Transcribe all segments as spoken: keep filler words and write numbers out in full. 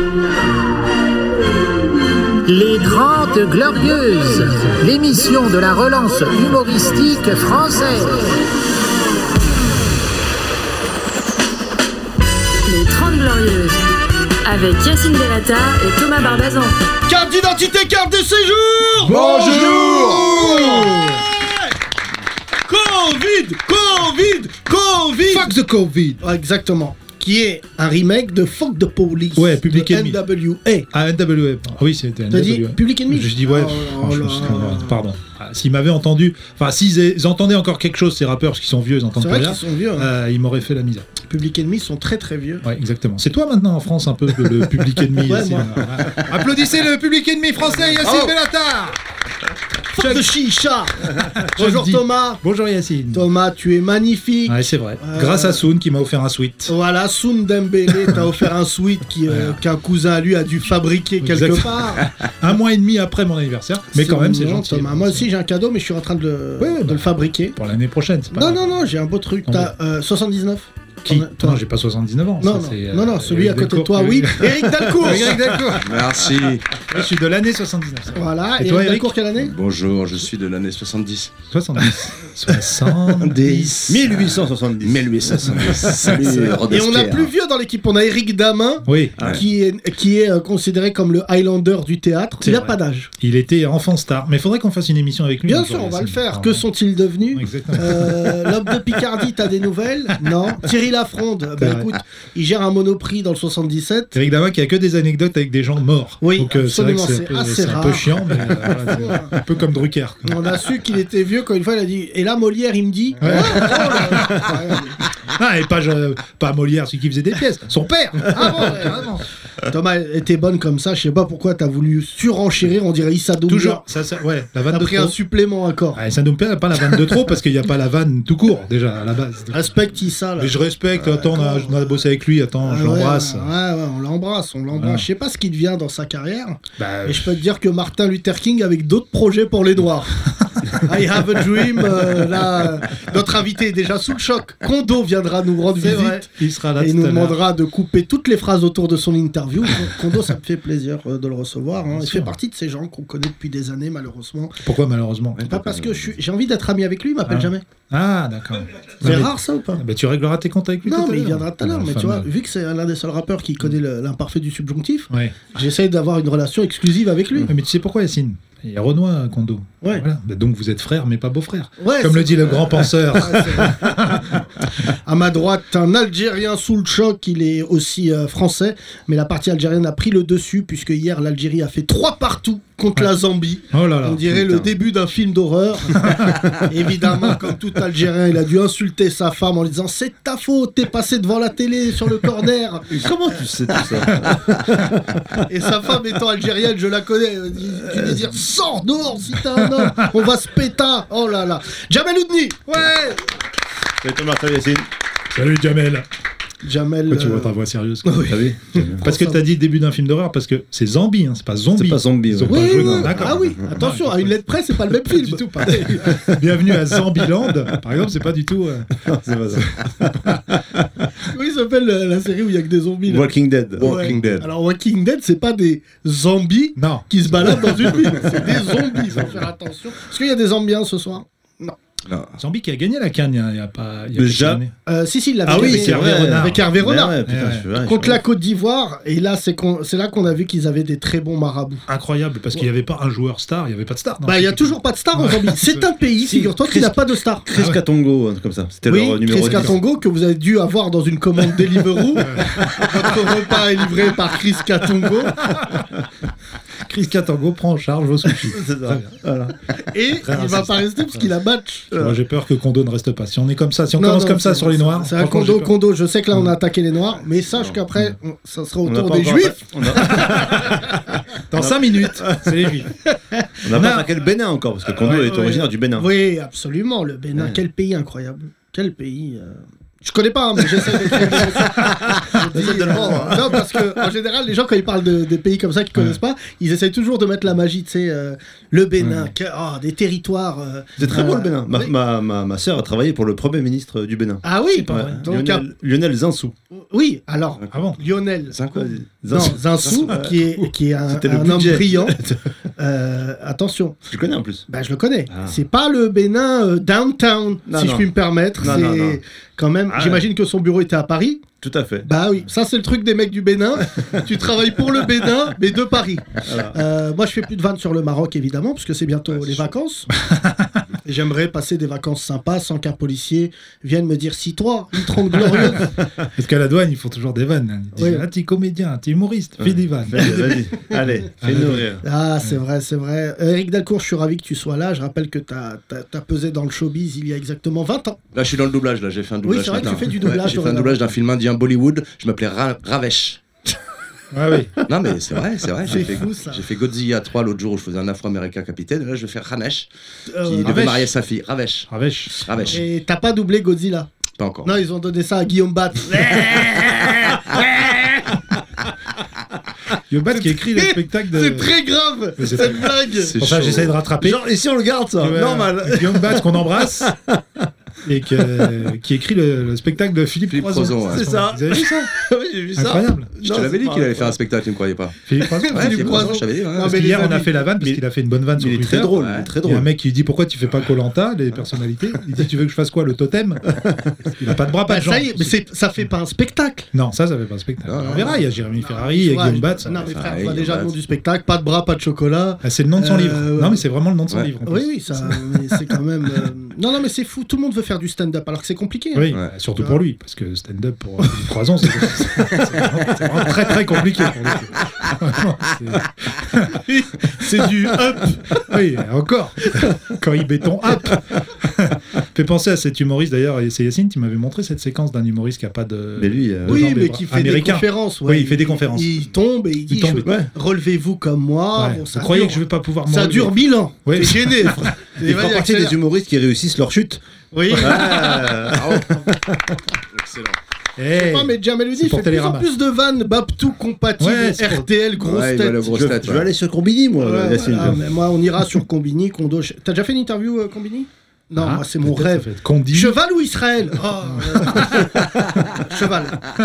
Les Grandes Glorieuses, l'émission de la relance humoristique française. Les Trente Glorieuses, avec Yacine Delata et Thomas Barbazan. Carte d'identité, carte de séjour. Bonjour. Covid, Covid, Covid. Fuck the Covid. Ouais, exactement. Qui est un remake de Fuck the Police. Ouais, Public Enemy. N W A. Ah, N W A. Ah oui, c'était N W A. T'as dit Public Enemy. Je dis ouais. Oh, Oh, je là, me suis- là. Pardon. Ah, s'ils m'avaient entendu, enfin s'ils ils entendaient encore quelque chose, ces rappeurs, parce qu'ils sont vieux, ils entendent C'est pas vrai rien, qu'ils sont vieux. Hein. euh, ils m'auraient fait la misère. Public Enemy sont très très vieux. Ouais, exactement. C'est toi maintenant en France un peu le, le Public Enemy. Ouais, Yacine. moi. Ouais. Applaudissez le Public Enemy français, Yacine Oh. Bellatar. Fuck the chicha. Bonjour dis. Thomas. Bonjour Yacine. Thomas, tu es magnifique. Ouais, c'est vrai. Euh, Grâce à Soun qui m'a offert un sweat. Voilà, Soun Dembélé t'a offert un sweat qui, euh, Ouais. qu'un cousin à lui a dû fabriquer quelque Exact. part. Un mois et demi après mon anniversaire. Mais quand même, c'est mignon, gentil. Thomas. Moi aussi j'ai un cadeau, mais je suis en train de le, Ouais, de bah. le fabriquer. Pour l'année prochaine, c'est pas Non, grave. non, non, j'ai un beau truc. Non, T'as euh, soixante-dix-neuf. Qui T'en as- toi. Non, j'ai pas soixante-dix-neuf ans. Non, ça, non, c'est, euh, non, non, celui à Eric côté de toi, Delcourt, oui. oui. Eric Dalcourt. Eric Delcourt. Merci. Je suis de l'année soixante-dix-neuf. ça va. Voilà, Et et toi, Eric Eric Dalcourt, quelle année Bonjour, je suis de l'année soixante-dix. soixante-dix. soixante-dix. mille huit cent soixante-dix. mille huit cent soixante-dix. Salut, Et on a Robespierre. plus vieux dans l'équipe, on a Eric Damin, Oui, qui est, qui est euh, considéré comme le Highlander du théâtre. C'est Il n'a vrai. pas d'âge. il était enfant star. Mais il faudrait qu'on fasse une émission avec lui. Bien un sûr, jour, on va le Yacine. faire. Ah, Que ouais. sont-ils devenus Exactement. Euh, L'homme de Picardie, t'as des nouvelles? Non. Thierry Lafronde, bah vrai. écoute, il gère un Monoprix dans le soixante-dix-sept. Eric Dawa qui a que des anecdotes avec des gens morts. Oui, Donc euh, c'est vrai que absolument, c'est un peu, c'est assez c'est un peu rare. chiant, mais euh, voilà, c'est un peu comme Drucker. On a su qu'il était vieux quand une fois il a dit. Et là, Molière, il me dit. Ouais. Ah, oh là. Ah, et pas, je- pas Molière, celui qui faisait des pièces. Son père. Ah bon, ouais, vraiment. Thomas était bonne comme ça. Je sais pas pourquoi t'as voulu surenchérir. On dirait Issa Doumbia. Toujours. Ça, ça, ouais, la vanne T'as de pris trop. un supplément encore. Ah, ça nous n'a pas la vanne de trop parce qu'il n'y a pas la vanne tout court déjà à la base. Respecte Issa là. Mais je respecte, attends, on a, on a bossé avec lui, attends, Ah je ouais, l'embrasse. Ouais, ouais, on l'embrasse, on l'embrasse. Voilà. Je sais pas ce qu'il devient dans sa carrière. Bah, Et je peux te dire que Martin Luther King avec d'autres projets pour les Noirs. I have a dream. euh, là, euh, notre invité est déjà sous le choc. Kondo viendra nous rendre c'est visite. vrai, il sera là Et il tout nous à l'heure. demandera de couper toutes les phrases autour de son interview. Kondo, ça me fait plaisir euh, de le recevoir. hein. Bien Il sûr. fait partie de ces gens qu'on connaît depuis des années, malheureusement. Pourquoi malheureusement Pas parce que je suis- j'ai envie d'être ami avec lui, il m'appelle Ah. jamais. Ah, d'accord. C'est Non, mais- rare ça ou pas Ah, bah, tu régleras tes comptes avec lui tout Non, à mais il l'heure. viendra tout à l'heure. Ah, Mais tu fameux. vois, vu que c'est l'un des seuls rappeurs qui connaît le- l'imparfait du subjonctif, Ouais. j'essaye d'avoir une relation exclusive avec lui. Ouais, mais tu sais pourquoi, Yacine Il y a Renoir à Kondo. Ouais. Voilà. Bah, donc vous êtes frères, mais pas beaux-frères. Ouais, Comme c'est- le dit le grand penseur. Ouais, c'est vrai. À ma droite, un Algérien sous le choc, il est aussi euh, français, mais la partie algérienne a pris le dessus, puisque hier l'Algérie a fait trois partout contre Ouais. la Zambie. Oh là là. On dirait putain. le début d'un film d'horreur. Évidemment, comme tout Algérien, il a dû insulter sa femme en lui disant « C'est ta faute, t'es passé devant la télé sur le corner !» Comment tu sais tout ça? Et sa femme étant algérienne, je la connais, elle dit- tu lui dire « Sors dehors si t'es un homme, on va se péter !» Oh là là. Jamel Oudni. Ouais. Salut Thomas, salut Yacine. Salut Jamel. Jamel. Pourquoi tu euh, vois ta voix sérieuse quoi. oui. T'as vu? Parce que t'as dit début d'un film d'horreur, parce que c'est zombie, hein, c'est pas zombie. C'est pas zombie. Ils ont ouais. Oui, pas joué oui, dans- oui. D'accord. Ah oui, attention, à une lettre près, c'est pas le même Pas film. du tout pareil. Bienvenue à Zambiland, par exemple, c'est pas du tout. euh, C'est pas ça. Comment il s'appelle la, la série où il y a que des zombies là Walking Dead. Walking Ouais. Dead. Alors Walking Dead, c'est pas des zombies Non. qui se baladent dans une ville, c'est des zombies, faut faire attention. Est-ce qu'il y a des ambiants ce soir? Non. Zombie qui a gagné la canne il y a, il y a pas. Il y a Déjà quelques années. euh, Si, si, il l'avait Ah oui, gagné, c'est euh, vrai. Renard. avec Hervé Renard. Ouais, putain, Ouais, je suis vrai, je Contre suis la vrai. Côte d'Ivoire, et là c'est qu'on- c'est là qu'on a vu qu'ils avaient des très bons marabouts. Incroyable, parce qu'il n'y avait pas un joueur star, il n'y avait pas de star. dans Bah, il y a cette toujours pas de star en Ouais. Zambie. C'est un pays, Si, figure-toi, qui Chris- n'a pas de star. Chris Ah ouais. Katongo, un truc comme ça. C'était Oui, leur numéro Chris dix. Katongo, que vous avez dû avoir dans une commande Deliveroo. Votre repas est livré par Chris Katongo. Chris Katango prend en charge vos sushis. C'est ça. Voilà. Et Très il va raciste. pas rester parce qu'il a match. Moi j'ai peur que Kondo ne reste pas. Si on est comme ça, si on Non, commence non, comme ça c'est- sur les Noirs, C'est un franchement, condo, j'ai peur. condo. Je sais que là on a attaqué les Noirs, mais sache qu'après on- ça sera On n'a autour pas des encore Juifs. atta- On a- Dans cinq minutes, c'est les Juifs. on n'a pas attaqué le Bénin encore, parce que Kondo Ouais, est ouais. originaire du Bénin. Oui, absolument. Le Bénin, Ouais. quel pays incroyable. Quel pays. euh, Je connais pas, hein, mais j'essaie d'écrire. dit. euh, non, parce que en général, les gens, quand ils parlent de, des pays comme ça qu'ils connaissent Ouais. pas, ils essayent toujours de mettre la magie, tu sais, euh, le Bénin, ouais. que, oh, des territoires. Euh, C'est très euh, beau le Bénin. Ma, oui. ma, ma, ma sœur a travaillé pour le premier ministre du Bénin. Ah oui, pas Ouais. vrai. donc, Lionel, Lionel Zinsou. euh, oui, alors, Ah bon. Lionel. Zinco. Non, Zinsou, Ouais. qui est, qui est un, C'était le un homme budget. brillant. Euh, attention, Je connais en plus. bah, je le connais. Ah. C'est pas le Bénin euh, downtown, Non, si non. je puis me permettre. Non, c'est non, non. quand même. Ah. J'imagine que son bureau était à Paris. Tout à fait. Bah oui, ça c'est le truc des mecs du Bénin. Tu travailles pour le Bénin, mais de Paris. Voilà. Euh, moi, je fais plus de vannes sur le Maroc, évidemment, parce que c'est bientôt Ouais, c'est les chaud. vacances. Et j'aimerais passer des vacances sympas sans qu'un policier vienne me dire si toi, une trente glorieuse. Parce qu'à la douane, ils font toujours des vannes. hein. Ils disent Oui. ah, t'es comédien, t'es humoriste, fais des vannes. Vas-y, vas-y. Allez, fais-nous rire. Ah, c'est vrai, c'est vrai. Euh, Eric Delcourt, je suis ravi que tu sois là. Je rappelle que tu as pesé dans le showbiz il y a exactement vingt ans. Là, je suis dans le doublage. Là, j'ai fait un doublage. Oui, c'est vrai ce que tu matin. fais du doublage, Ouais, j'ai fait un dorénavant. doublage d'un film indien Bollywood. Je m'appelais Ra- Ravesh. Ah oui. Non, mais c'est vrai, c'est vrai. J'ai C'est fait, fou, ça. j'ai fait Godzilla trois l'autre jour où je faisais un Afro-Américain capitaine. Et là, je vais faire Ramesh, Euh, qui devait Ravesh. marier sa fille. Ravesh. Ravèche. Ravesh. Et t'as pas doublé Godzilla. Pas encore. Non, ils ont donné ça à Guillaume Bat. Yobat qui écrit le spectacle de. C'est très grave, Mais c'est cette blague. C'est Pour ça, chaud. j'essaie de rattraper. Genre, et si on le garde, ça Guillaume- Normal. Guillaume Batz qu'on embrasse. Et que- qui écrit le, le spectacle de Philippe, Philippe Croizon. Croizon, ouais. C'est ça. Vous avez vu ça Oui, j'ai vu ça. Incroyable. Je Non, te l'avais c'est dit pas qu'il allait faire un incroyable. spectacle, tu ne croyais pas. Philippe Croizon. Ouais, Philippe Philippe Croizon. Croizon, je t'avais dit. ouais. Non, Parce mais qu'hier, les on a amis- fait la vanne parce Mais- qu'il a fait une bonne vanne sur Il est Twitter. très drôle, Ouais. il est très Il y a un drôle. mec qui lui dit pourquoi tu fais pas Koh-Lanta, les personnalités. Il dit tu veux que je fasse quoi, le totem. Il a pas de bras, pas Bah, de jambes. ça y est, mais c'est- ça fait pas un spectacle. Non, ça, ça fait pas un spectacle. Non, non, On verra, il y a Jérémy Ferrari, il y a Ouais, Guillaume je- Batz. ça Non, va mais faire- frère, Ah, je vois Guillaume déjà le nom Batz. du spectacle. Pas de bras, pas de chocolat. Ah, c'est le nom de son Euh, livre. ouais. Non, mais c'est vraiment le nom de son Ouais. livre. en Oui, plus. oui, ça, mais c'est quand même. euh, Non, non, mais c'est fou. Tout le monde veut faire du stand-up alors que c'est compliqué. hein. Oui, Ouais. surtout pour lui, parce que stand-up pour Philippe Croizon, c'est c'est vraiment, c'est vraiment très très compliqué pour le coup. Vraiment, c'est- C'est du up. Oui, encore. Quand il béton up. Fait penser à cet humoriste d'ailleurs, et c'est Yacine qui m'avait montré cette séquence d'un humoriste qui a pas de. Mais lui, euh, de Oui, jambes et mais bras. qui fait Américain. des conférences. ouais. Oui, il fait des conférences. Il tombe et il dit tombe. je- Ouais. relevez-vous comme moi. Ouais. Bon, ça Vous croyez dure- que je vais pas pouvoir Ça m'enlever dure mille ans. Oui. T'es gêné, frère. il fera Vas-y, partie accélère. des humoristes qui réussissent leur chute. Oui. Ah, Excellent. Eh, Non, mais Jamel c'est Oudi pour fait de plus en Télérama. plus de vannes Babtou compatibles, Ouais, c'est pour- R T L, grosse Ouais, il tête. va le grosse je, tête. je ouais. vais aller sur Combini, moi, Ouais, Yacine. voilà, mais moi, on ira sur Combini, Kondo. T'as déjà fait une interview, euh, Combini? Non, Ah, moi, c'est mon peut-être ça rêve. fait être Condi. Cheval ou Israël? Oh, euh, Cheval.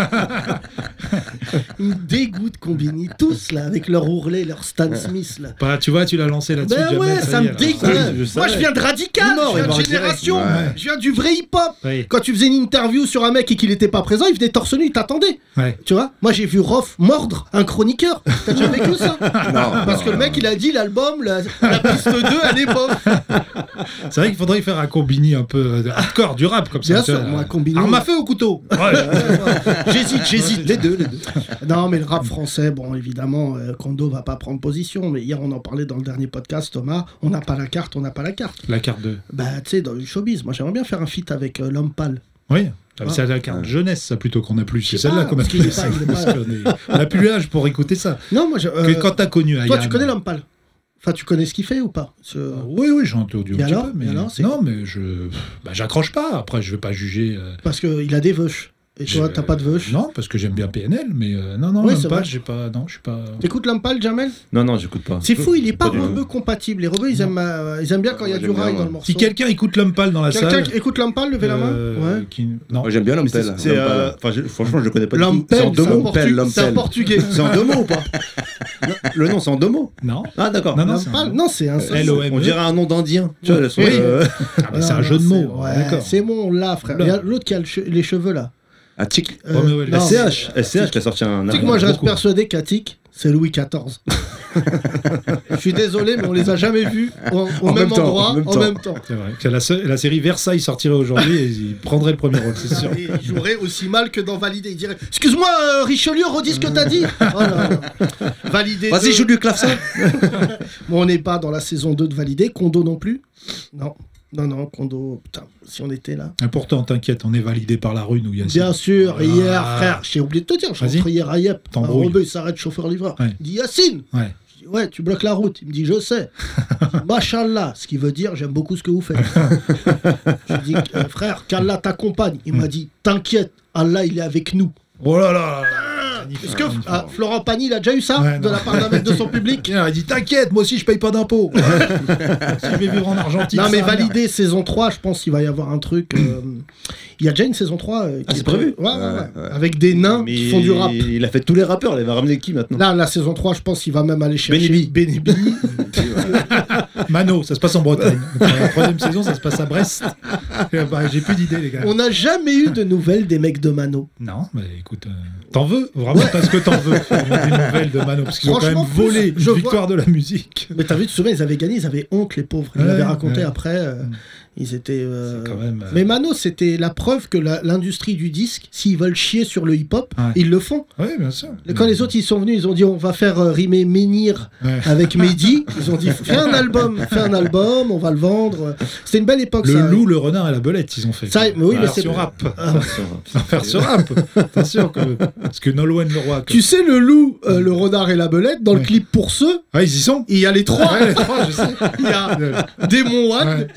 Ils me dégoûtent, Combini. Tous, là, avec leur ourlet, leur Stan Smith, là. Bah, tu vois, tu l'as lancé là-dessus. Ben Jamel, ouais, ça y est, me alors. dégoûte. Ouais, je Moi, savais. je viens de Radical, Il est mort, je il viens va de en direct. Génération, Ouais. je viens du vrai hip-hop. Oui. Quand tu faisais une interview sur un mec et qu'il était pas présent, il venait torse nu, il t'attendait. Ouais. Tu vois, moi j'ai vu Rof mordre un chroniqueur. T'as déjà vécu ça? Non, Parce non, que le non. mec il a dit l'album, la, la piste deux, elle est bof. C'est vrai qu'il faudrait y faire un combini un peu euh, hardcore, du rap comme ça. Bien tu sûr, vois. moi, Combini. Arme à feu au couteau. Ouais. J'hésite, j'hésite. Les deux, les deux. Non, mais le rap français, bon, évidemment, euh, Kondo va pas prendre position. Mais hier, on en parlait dans le dernier podcast, Thomas. On n'a pas la carte, on n'a pas la carte. La carte de. Bah, tu sais, dans le showbiz, moi j'aimerais bien faire un feat avec euh, l'homme pâle. Oui. Ah, mais C'est la carte jeunesse, ça, plutôt qu'on a plus. C'est Je sais celle-là pas, qu'on a parce qu'il plus. est pas- il est pas- Parce qu'on est- On n'a plus l'âge pour écouter ça. Non, moi je. Que euh, Quand t'as connu toi, Ayam. tu connais l'homme pâle? Enfin, tu connais ce qu'il fait ou pas? Ce- Euh, Oui, oui, j'ai entendu un Et petit alors peu. Mais... Et alors, c'est non, mais je. Bah, j'accroche pas. Après, je vais pas juger. euh, Parce qu'il a des veuches. Et toi, je- t'as pas de veuches? Non, parce que j'aime bien P N L, mais euh, non, non, Oui, même c'est pas. vrai. J'ai pas. Non, je suis pas. T'écoutes l'homme pâle, Jamel? Non, non, j'écoute pas. C'est fou, il est pas Pas du tout. rebeu compatible. Les rebeux, ils aiment, euh, ils aiment bien quand il y a Moi, du j'aime rail bien, dans le moi. morceau. Si quelqu'un écoute l'homme pâle dans la Quelqu'un salle. qui écoute l'homme pâle, levez la main. euh, Ouais. qui- Non. Moi, j'aime bien l'homme C'est, pelle. c'est, l'homme euh, pâle. enfin, je- franchement, je le connais pas du L'homme tout. C'est en pelle, deux c'est un, mots. Pelle, portu- l'homme c'est un pelle. portugais. C'est en deux mots ou pas Non, le nom, c'est en deux mots. Non. Ah, d'accord. Non, non, L'homme c'est pâle, un- non, c'est un seul. L O M E. On dirait un nom d'Indien. Tu vois, le son, Oui. euh, Ah, mais c'est Non, un jeu de non, mots. c'est- ouais, D'accord. c'est bon, là, frère. Il y a l'autre qui a le che- les cheveux, là. Un tic. Euh, Ouais, mais ouais, non, S C H. S C H qui a sorti un. Tu sais que moi, je reste beaucoup. persuadé qu'Attic, c'est Louis quatorze. Je suis désolé, mais on les a jamais vus au, au En même, même temps, endroit, en même en temps. même temps. C'est vrai. Que la, se- la série Versailles sortirait aujourd'hui et il prendrait le premier rôle, c'est sûr. Et il jouerait aussi mal que dans Validé. Il dirait excuse-moi, euh, Richelieu, redis ce que t'as dit. Oh là là. Validé. Vas-y, deux. joue du clavecin. Bon, on n'est pas dans la saison deux de Validé. Kondo non plus. Non. Non, non, Kondo, putain, si on était là. Et pourtant, t'inquiète, on est validé par la rue, nous, Yacine. Bien sûr, Ah. hier, frère, j'ai oublié de te dire, je suis Vas-y. rentré hier à Yep. Un T'embrouilles. rebeu, il s'arrête, chauffeur-livreur. Ouais. Il dit Yacine. Ouais. Je dis, ouais, tu bloques la route. Il me dit, je sais. Je dis, Machallah, ce qui veut dire, j'aime beaucoup ce que vous faites. Je lui dis, euh, frère, qu'Allah t'accompagne. Il m'a dit, t'inquiète, Allah, il est avec nous. Oh là là. magnifique, est-ce que magnifique. ah, Florent Pagny, il a déjà eu ça Ouais, de non. la part d'un mec de son public? Il a dit t'inquiète, moi aussi je paye pas d'impôts. Si je vais vivre en Argentine. Non, mais ça va bien. validé saison trois, je pense qu'il va y avoir un truc. euh, Il y a déjà une saison trois. euh, qui Ah, c'est est prévu Ouais, ouais, ouais. Ouais, ouais. Avec des nains Mais qui font du rap. Il a fait tous les rappeurs, il va ramener qui maintenant? Là, la saison trois, je pense qu'il va même aller chercher Benny B. Benny B. Mano, ça se passe en Bretagne. Donc, la troisième saison, ça se passe à Brest. Et, bah, j'ai plus d'idées, les gars. On n'a jamais eu de nouvelles des mecs de Mano. Non, mais écoute, euh, t'en veux vraiment parce que t'en veux faire des nouvelles de Mano parce qu'ils ont quand même Franchement, volé une je vois- victoire de la musique. Mais t'as vu, tu te souviens, ils avaient gagné, ils avaient honte, les pauvres. Ils Ouais, l'avaient raconté ouais. après. euh, Ils étaient. euh, C'est quand même, euh, Mais Mano, c'était la preuve que la- l'industrie du disque, s'ils veulent chier sur le hip-hop, Ouais. ils le font. Oui, bien sûr. Quand les autres ils sont venus, ils ont dit on va faire euh, rimer Menhir Ouais. avec Mehdi. Ils ont dit fais un album, fais un album, on va le vendre. C'était une belle époque. Le ça. loup, le renard et la belette, ils ont fait. Ça, mais oui, mais version c'est- rap. Ah, Version rap. Attention, que... parce que Nolwenn Leroy. tu sais le loup, euh, le renard et la belette dans le Ouais. clip pour ceux. Ah, ils y sont. Il y a les trois. Ouais, les trois, je sais. Il y a Démon One, Ouais.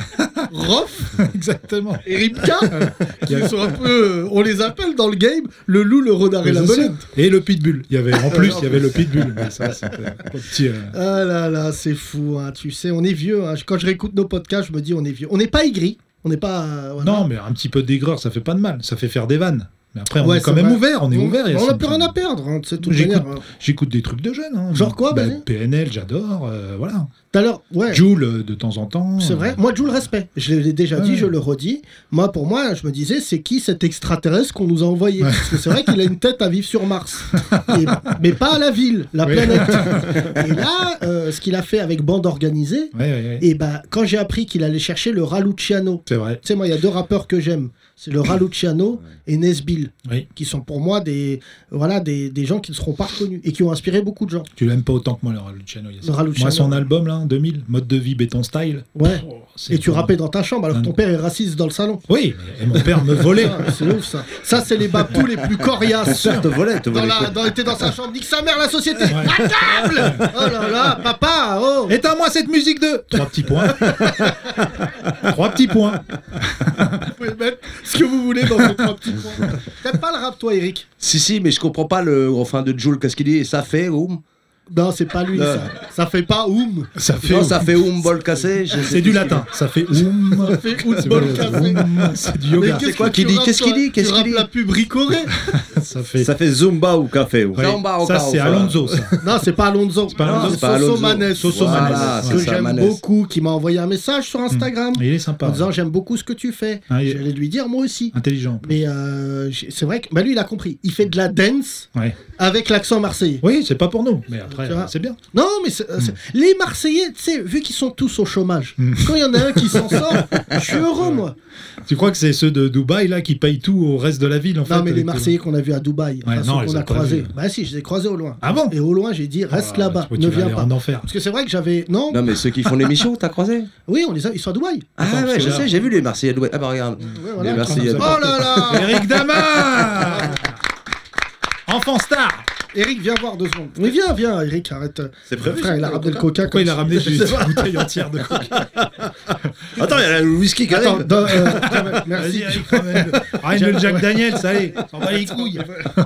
Rof Exactement. et Ripka, qui sont un peu, euh, on les appelle dans le game le loup, le renard et la Mais c'est belette. sûr. Et le pitbull. Il y avait en plus, il y avait le pitbull. Mais ça, c'était un petit. euh, Ah là là, c'est fou, hein, tu sais, on est vieux. Hein. Quand je réécoute nos podcasts, je me dis on est vieux. On n'est pas aigri, on n'est pas. euh, voilà. Non, mais un petit peu d'aigreur, ça fait pas de mal. Ça fait faire des vannes. Mais après, on Ouais, est quand c'est même vrai. ouvert. On est ouvert. On Yacine. n'a plus rien à perdre, hein, de toute J'écoute- manière. hein. J'écoute des trucs de jeunes. Hein. Genre quoi, Bah, vas-y P N L, j'adore. euh, voilà. Tout à l'heure, ouais. Joule euh, de temps en temps. C'est euh, vrai, moi Joule respect. Je l'ai déjà dit, Ouais. je le redis. Moi, pour moi, je me disais, c'est qui cet extraterrestre qu'on nous a envoyé? Ouais. Parce que c'est vrai qu'il a une tête à vivre sur Mars. Et- mais pas à la ville, la Oui. planète. Et là, euh, ce qu'il a fait avec Bande Organisée, Ouais, ouais, ouais. et bah, quand j'ai appris qu'il allait chercher le Raluciano, C'est vrai. tu sais, moi, il y a deux rappeurs que j'aime. C'est le Raluciano et Nesbill, Oui. qui sont pour moi des, voilà, des, des gens qui ne seront pas reconnus et qui ont inspiré beaucoup de gens. Tu l'aimes pas autant que moi, le Raluciano. Yacine. Le Raluciano. Moi, son album, là, en deux mille, Mode de vie béton style. Ouais. Oh, c'est Et tu pour- rappais dans ta chambre alors que ton père est raciste dans le salon. Oui, et mon père me volait. Ah, c'est ouf ça. Ça, c'est les babous les plus coriaces. te volait, te Dans volait. la, dans, t'es dans sa chambre, nique sa mère la société. À table. Oh là là, papa, oh. Éteins-moi cette musique de. Trois petits points. Trois petits points. Vous pouvez mettre ce que vous voulez dans vos trois petits points. T'aimes pas le rap, toi, Eric? Si, si, mais je comprends pas le refrain de Joule. Qu'est-ce qu'il dit? Ça fait oum. Non, c'est pas lui, Non. ça. Ça fait pas oum. Ça fait. Non, ça fait oum, bol cassé. je sais C'est du plus. latin. Ça fait oum. Ça fait oum, C'est bol vrai, cassé. oum, c'est du Mais yoga. qu'est-ce C'est quoi que qu'il tu dit rappes, Qu'est-ce qu'il toi dit Qu'est-ce Tu qu'il rappes dit la pub Ricoré? Ça fait. Ça fait Zumba ou café. ou- Ouais. Zamba au Ça, carreau, c'est ça. Alonso, ça. Non, c'est pas Alonso. pas Alonso, Non, c'est pas Soso Alonso. Manès. Soso Voilà, Manès, c'est Que ça, j'aime Manès. beaucoup, qui m'a envoyé un message sur Instagram. Il est sympa. En disant j'aime beaucoup ce que tu fais. Ah, il- J'allais lui dire moi aussi. Intelligent. Mais euh, j'ai- c'est vrai que bah, lui il a compris. Il fait de la dance Ouais. avec l'accent marseillais. Oui, c'est pas pour nous. Mais après, Tu vois. c'est bien. Non mais c'est- c'est- les Marseillais, tu sais, vu qu'ils sont tous au chômage, Mm. quand il y en a un qui s'en sort, je suis heureux moi. Tu crois que c'est ceux de Dubaï là qui payent tout au reste de la ville en fait Non mais les avec- Marseillais qu'on a vus à Dubaï, enfin, Ouais, ceux non, les qu'on a a pas croisés. vus. Bah si, je les ai croisés au loin. Ah bon? Et au loin j'ai dit reste Ah, là-bas, tu- tu ne vas viens aller pas. en enfer. Parce que c'est vrai que j'avais non. Non, mais ceux qui font l'émission, t'as croisé? Oui, on les a, ils sont à Dubaï. Ah Attends, ouais, parce je que là- sais, j'ai vu les Marseillais de l'Ouest. Ah bah regarde. Ouais, voilà. Les Marseillais de Oh là là. Eric Dama Enfant star. Eric, viens voir deux secondes. Mais viens, viens, Eric, arrête. C'est prévu, Frère, ça, il a le ramené le coca coca. Pourquoi il a comme ramené si- juste une bouteille entière de coca? Attends, il y a le whisky qui Attends, arrive. dans- euh, tiens, merci. Vas-y, Eric, ramène. Ramène le Jack Daniels, allez, s'en bat les couilles.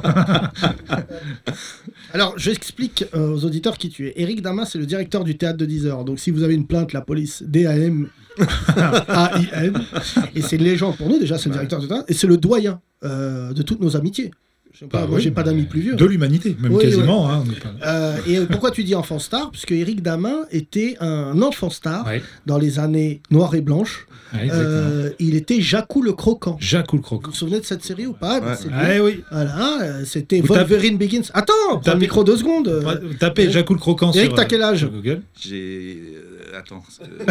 Alors, j'explique euh, aux auditeurs qui tu es. Eric Dama, c'est le directeur du théâtre de dix heures. Donc, si vous avez une plainte, la police, D A M A I N. Et c'est une légende pour nous, déjà, c'est le directeur du théâtre. Et c'est le doyen euh, de toutes nos amitiés. Je sais pas, Bah moi, oui, j'ai pas d'amis plus vieux. De l'humanité, même Oui, quasiment. Hein, on est pas- Euh, et pourquoi tu dis enfant star? Puisque Eric Damin était un enfant star Ouais, dans les années noires et blanches. ouais, exactement. Euh, il était Jacou le Croquant. Jacques ou le Vous croquant. vous souvenez de cette série ou pas? Ouais. C'est lui. Ah oui. Voilà, euh, c'était Vous Wolverine Begins. Attends, prends le tapez- micro deux secondes. euh. Ouais, Tapez Eric- Jacques ou le croquant Eric, sur, t'as euh, quel âge? sur Google. J'ai. euh, Attends.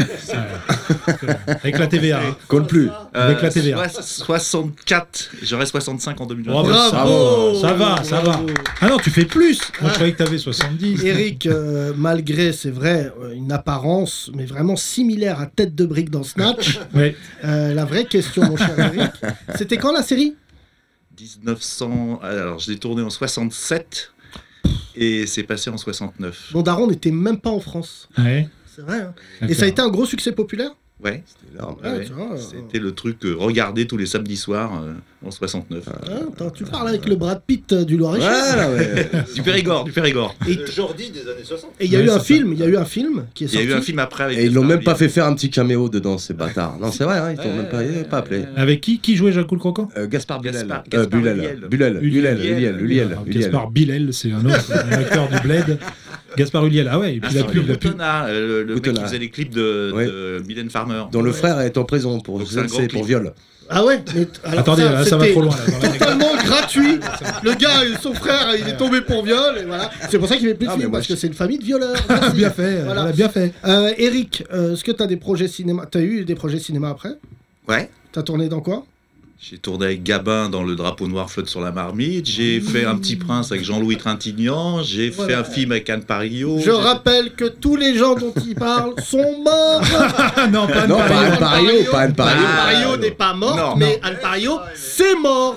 Avec la T V A. hein. Compte plus. Avec la T V A. Euh, soi- soixante-quatre. J'aurai soixante-cinq en deux mille vingt. Oh, bah, Bravo. ça va, ça va. Bravo. Ah non, tu fais plus. Moi, Ah. je croyais que t'avais soixante-dix. Eric, euh, malgré, c'est vrai, euh, une apparence, mais vraiment similaire à Tête de Brique dans Snatch, Ouais. euh, la vraie question, mon cher Eric, c'était quand la série? dix-neuf cents. Alors, je l'ai tourné en soixante-sept. Et c'est passé en soixante-neuf. Mon daron n'était même pas en France. Ouais. C'est vrai. Hein. Et D'accord. ça a été un gros succès populaire? Ouais. C'était énorme. Ouais, Ouais, tu vois, euh, C'était le truc euh, regardé tous les samedis soirs euh, en soixante-neuf. Ah, attends, tu parles avec le Brad Pitt euh, du Loir-et-Cher. Voilà, ouais. Du Périgord, du Périgord. Et Le Jordi des années soixante. et il y a Ouais, eu un c'est film, il y a eu un film qui est Il y a sorti. eu un film après avec Et ils l'ont Gaspard même pas Ulliel. fait faire un petit caméo dedans, ces bâtards. Non, c'est vrai, hein, ils t'ont même pas, ils avaient pas appelé. Avec qui Qui jouait Jacques le Croquant Euh, Gaspard Bulel. Gaspard- Euh, Gaspard Bulel. Ulliel. Bulel. Ulliel. Ulliel. Ulliel. Alors, Ulliel. Gaspard Bilel, c'est un autre un acteur du Bled. Gaspard Ulliel, ah ouais, et puis il a Ah, pu, le il a pu- Boutonnat, euh, le mec qui Boutonnat. faisait les clips de, Ouais. de Mylène Farmer. Dont le frère est en prison pour, Donc c'est un c'est grand pour clip. viol. Ah ouais mais t- alors Attendez, là, ça va c'était trop loin. Là, dans l'anecdote. totalement gratuit. Le gars, son frère, il est tombé pour viol et voilà. C'est pour ça qu'il fait plus de Ah, mais films moi, parce je- que c'est une famille de violeurs. Ah, Merci. bien fait, Voilà. voilà, bien fait. Euh, Eric, euh, est-ce que t'as des projets cinéma T'as eu des projets cinéma après Ouais. T'as tourné dans quoi J'ai tourné avec Gabin dans Le Drapeau Noir flotte sur la marmite. J'ai fait Un Petit Prince avec Jean-Louis Trintignant. J'ai Voilà. fait un film avec Anne Parillo. Je J'ai- rappelle que tous les gens dont il parle sont morts. Ah non, pas Non, Anne pas Parillo. Anne Parillo, pas Anne Anne Parillo. Parillo n'est pas morte, Non. mais Anne Parillo, c'est mort.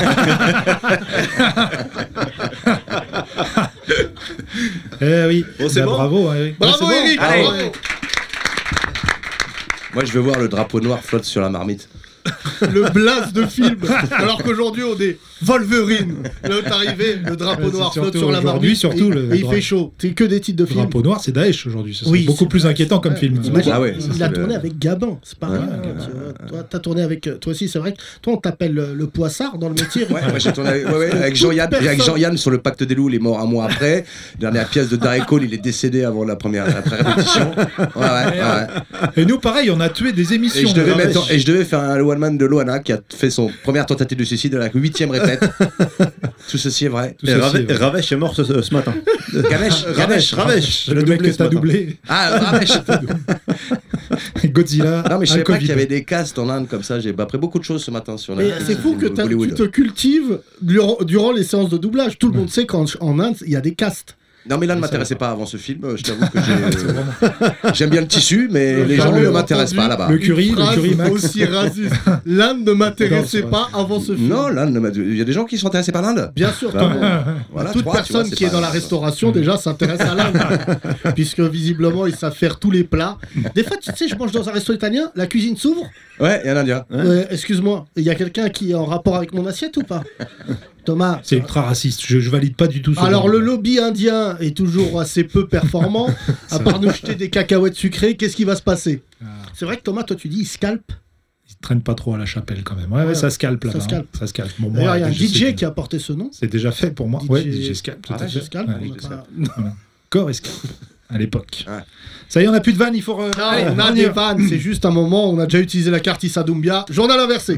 Eh oui, Bon, c'est Bah, bon bravo, hein, Eric. Bravo Ouais, c'est bon. Eric. Allez. bravo. Moi, je veux voir le drapeau noir flotte sur la marmite. Le blast de film. Alors qu'aujourd'hui on est Wolverine. Là où t'arrivais, le drapeau Ouais, c'est noir flotte surtout sur la aujourd'hui, marmite. surtout et, le et il dra- fait chaud. C'est que des titres de Le films. drapeau noir, c'est Daesh aujourd'hui. Ce serait Oui, beaucoup c'est plus vrai, inquiétant c'est comme vrai. film. Imagine, Ah ouais, il ça, a c'est tourné le- avec Gabin, c'est pas Ouais, rien. ouais, hein, ouais, tu vois. ouais. Toi, t'as tourné avec. Toi aussi, c'est vrai que toi, on t'appelle le, le poissard dans le métier. Ouais, moi j'ai tourné avec, ouais, ouais, avec Jean-Yann, Personne. avec Jean-Yann sur le Pacte des loups, il est mort un mois après. Dernière pièce de Darry Cole, il est décédé avant la première après répétition. Ouais, ouais, ouais. Et nous, pareil, on a tué des émissions. Et je devais, Ah, mettre, ouais. et je devais faire un one man de Loana qui a fait son première tentative de suicide à la huitième répète. Tout ceci est vrai. Tout Et ceci, Rave- ouais. Ravesh est mort ce, ce matin. Ganesh, Ganesh, Ravesh, Le mec que t'as doublé. Ah, Ramesh. Godzilla. Non, mais je savais pas Covid. qu'il y avait des castes en Inde comme ça. J'ai appris beaucoup de choses ce matin sur la. Mais c'est fou que t'as- tu Bollywood. te cultives durant, durant les séances de doublage. Tout le monde sait qu'en en Inde, il y a des castes. Non, mais là, ne Mais ça m'intéressait va pas avant ce film. Je t'avoue que j'ai- j'aime bien le tissu, mais les gens Jamais ne m'intéressent pas entendu là-bas. Le curry, Une le phrase curry Max. aussi raciste. L'Inde ne m'intéressait Non, pas avant ce film. Non, l'Inde, ne m'a- il y a des gens qui sont intéressés par l'Inde. Bien sûr, Bah, tout le monde. Voilà, Toute trois, tu vois, personne c'est qui est pas- dans la restauration déjà s'intéresse à l'Inde. Puisque visiblement ils savent faire tous les plats. Des fois, tu sais, je mange dans un resto italien, la cuisine s'ouvre. Ouais, il y a un Indien. Euh, Excuse-moi, il y a quelqu'un qui est en rapport avec mon assiette ou pas Thomas. C'est ultra raciste. Je, je valide pas du tout. ce Alors genre. le lobby indien est toujours assez peu performant. À part nous jeter des cacahuètes sucrées, qu'est-ce qui va se passer Ah. C'est vrai que Thomas, toi tu dis il scalpe. Ils traînent pas trop à la chapelle quand même. Ouais, ouais, Ouais, ça scalpe là-bas. ça scalpe. hein. Ça scalpe. Bon, moi, D'ailleurs, il y a un je sais D J que qui a porté ce nom. C'est déjà fait pour moi. D J Ouais, D J Scalp. Tout Ah à ouais, fait. Scalpe, Ouais, on D a J pas- voilà. Corps et Scalp. À l'époque. Ouais. Ça y est, on a plus de vannes. Il faut. re- Non, Allez, on a y des va. vannes, c'est juste un moment, on a déjà utilisé la carte Issa Doumbia. Journal inversé.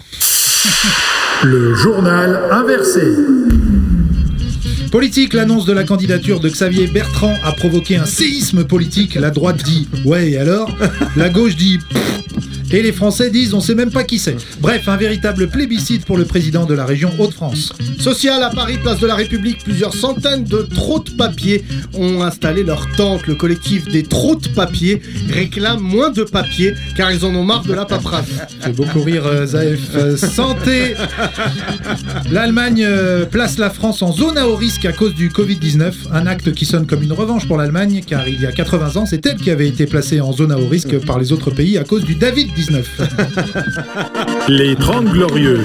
Le journal inversé. Politique, l'annonce de la candidature de Xavier Bertrand a provoqué un séisme politique. La droite dit « ouais, et alors ?» La gauche dit « pfff » et les Français disent « on sait même pas qui c'est ». Bref, un véritable plébiscite pour le président de la région Hauts-de-France. Social à Paris, place de la République, plusieurs centaines de trous de papier ont installé leur tente. Le collectif des trous de papier réclame moins de papier car ils en ont marre de la paperasse. Fait beaucoup rire euh, Zaef. Euh, santé. L'Allemagne euh, place la France en zone à haut risque à cause du covid dix-neuf. Un acte qui sonne comme une revanche pour l'Allemagne, car il y a quatre-vingts ans, c'est elle qui avait été placée en zone à haut risque par les autres pays à cause du David dix-neuf. Les Trente Glorieuses.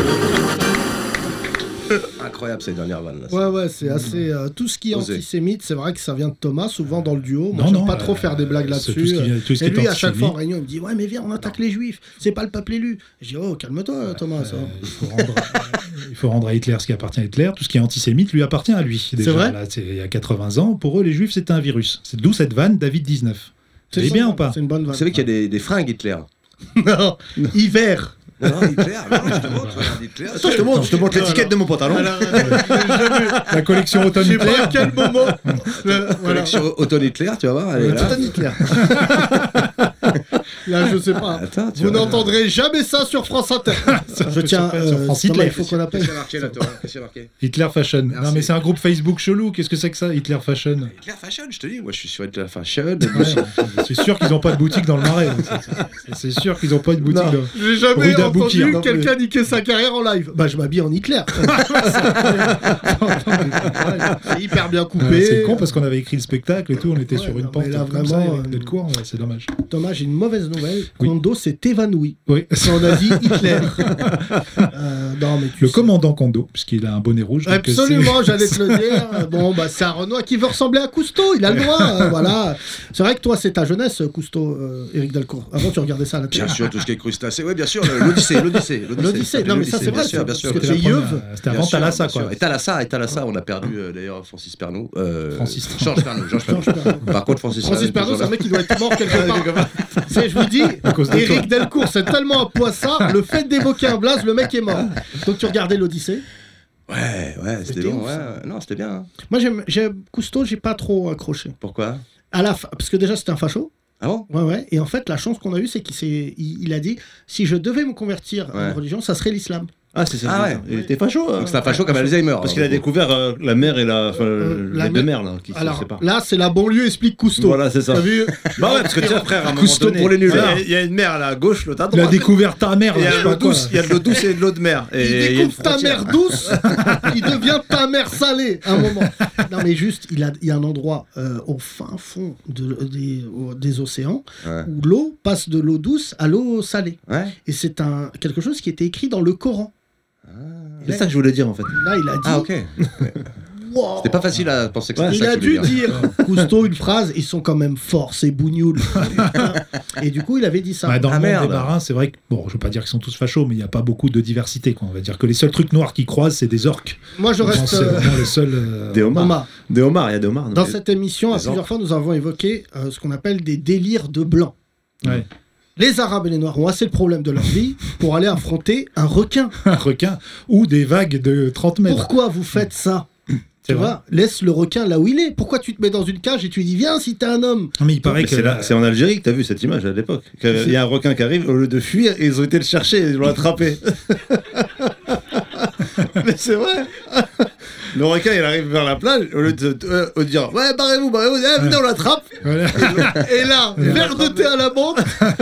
Incroyable ces dernières vannes. Là. Ouais, ouais, c'est assez. euh, tout ce qui est Osé. antisémite, c'est vrai que ça vient de Thomas, souvent dans le duo. Moi, Non, j'aime non, pas trop euh, faire des blagues c'est là-dessus. tout ce qui vient- tout ce qui Et est lui, à chaque antisémite. fois en réunion, il me dit ouais, mais viens, on attaque les juifs. C'est pas le peuple élu. Je dis oh, calme-toi, Thomas. Ça. Euh, il, faut rendre, il faut rendre à Hitler ce qui appartient à Hitler. Tout ce qui est antisémite lui appartient à lui. Déjà, vrai là, c'est- il y a quatre-vingts ans, pour eux, les juifs, c'était un virus. C'est d'où cette vanne David dix-neuf. C'est C'est ça, bien ou pas C'est une bonne vanne. Vous savez qu'il y a des, des fringues Hitler. Non, hiver. Non, non, Hitler, non, justement, tu regardes Hitler. Attends, je te montre, je te montre l'étiquette de mon pantalon. Alors, euh, La collection je automne sais Hitler. pas à quel moment. Le- voilà. Collection Automne Hitler, tu vas voir, elle est là. Putain, Hitler. Là, je sais pas. Attends, tu Vous vas- n'entendrez jamais ça sur France Inter. je tiens. sur euh, France Thomas, Hitler. il faut qu'on appelle. Qu'est-ce qu'il y a marqué là, toi Qu'est-ce qu'il y a marqué Hitler Fashion. Merci. Non, mais c'est un groupe Facebook chelou. Qu'est-ce que c'est que ça, Hitler Fashion? Hitler Fashion, je te dis, moi je suis sur Hitler Fashion. Ouais, c'est sûr qu'ils n'ont pas de boutique dans le Marais. C'est- C'est sûr qu'ils n'ont pas de boutique. Non. dans- J'ai jamais Rue d'Aboukir. entendu quelqu'un niquer sa carrière en live. Bah, je m'habille en Hitler. C'est hyper bien coupé. Ouais, c'est con parce qu'on avait écrit le spectacle et tout, on était Ouais, sur une non, pente mais là, comme ça, vraiment, il y avait euh, de cours, ouais, c'est dommage. Thomas, j'ai une mauvaise nouvelle. Oui. Kondo s'est évanoui. Oui. On a dit Hitler. euh, non, mais tu Le sais. commandant Kondo, puisqu'il a un bonnet rouge. donc Absolument, c'est- j'allais te le dire. Bon, bah, c'est un Renoir qui veut ressembler à Cousteau, il a le droit. euh, voilà. C'est vrai que toi, c'est ta jeunesse, Cousteau, euh, Éric Delcourt. Avant, tu regardais ça à la télé. Bien sûr, tout ce qui est crustacé. Oui, bien sûr, l'Odyssée, l'Odyssée. L'Odyssée, non, mais ça, c'est bien vrai, sûr, bien parce sûr. que C'était la c'est première- Yeuve. C'était Bien avant sûr, Thalassa, bien quoi. sûr. Et Thalassa, et Thalassa, on a perdu euh, d'ailleurs Francis Pernou. Euh, Francis. Georges Pernou. Georges Pernou. Georges Pernou. Par contre, Francis Francis Pernou, Pernou, c'est un toujours mec qui doit être mort quelque part. C'est, je vous dis, cause de Éric Delcourt, c'est tellement un poissard, le fait d'évoquer un blaze, le mec est mort. Donc tu regardais l'Odyssée. là. Ouais, ouais, c'était C'était bon. ouf, Ouais, ça. ouais. Non, c'était bien. hein. Moi, j'aime, j'aime Cousteau, j'ai pas trop accroché. Pourquoi À la fin, parce que déjà, c'était un facho. Ah bon Ouais, ouais. Et en fait, la chance qu'on a eue, c'est qu'il s'est, il, il a dit, si je devais me convertir à Ouais. une religion, ça serait l'islam. Ah, c'est ça. Ah c'est ouais. ça. Il était facho. hein. Donc c'est un facho comme Alzheimer. Parce alors, qu'il a du coup. découvert euh, la mer et la. Enfin, Euh, la les deux mer- mers, là, qui Alors se séparent. là, c'est la banlieue explique Cousteau. Voilà, c'est ça. T'as vu Bah ouais, parce que tu sais, frère, à un moment Cousteau donné, pour les nuls. il y a- il y a une mer à la gauche, l'autre à Il a droite. découvert ta mère, Il y là, je a sais de l'eau pas quoi. douce, il y a de l'eau douce et de l'eau de mer. Et Il il y a une découvre ta frontière. mère douce, il devient ta mère salée à un moment. Non mais juste, il, a, il y a un endroit euh, au fin fond de- des, au- des océans Ouais. où l'eau passe de l'eau douce à l'eau salée. Ouais. Et c'est un, quelque chose qui était écrit dans le Coran. C'est ça que je voulais dire, en fait. Là, il a dit... Ah, ok. Wow. C'était pas facile à penser que c'était Il ça a que tu voulais dû dire. dire, Cousteau, une phrase, ils sont quand même forts, ces bougnoules. Et du coup, il avait dit ça. Ouais, dans Ah, le monde merde. des marins, c'est vrai que, bon, je veux pas dire qu'ils sont tous fachos, mais il n'y a pas beaucoup de diversité, quoi. On va dire que les seuls trucs noirs qui croisent, c'est des orques. Moi, je Je pense reste... que c'est euh, vraiment les seuls. euh, Des homards. Thomas. Des homards, il y a des homards. Dans donc- cette émission, à Les plusieurs orques. fois, nous avons évoqué euh, ce qu'on appelle des délires de blancs. Ouais. Les Arabes et les Noirs ont assez de problèmes de leur vie pour aller affronter un requin. Un requin ou des vagues de trente mètres. Pourquoi vous faites ça? C'est Tu vrai. vois, laisse le requin là où il est. Pourquoi tu te mets dans une cage et tu lui dis viens si t'es un homme? Non, mais il paraît Mais que c'est, là- c'est en Algérie que t'as vu cette image à l'époque. Il y a un requin qui arrive, au lieu de fuir, ils ont été le chercher, ils l'ont attrapé. Mais c'est vrai. Le requin, il arrive vers la plage, au lieu de euh, de dire ouais, barrez-vous, barrez-vous, eh, venez, on l'attrape. Voilà. Et là, verre de thé à la menthe,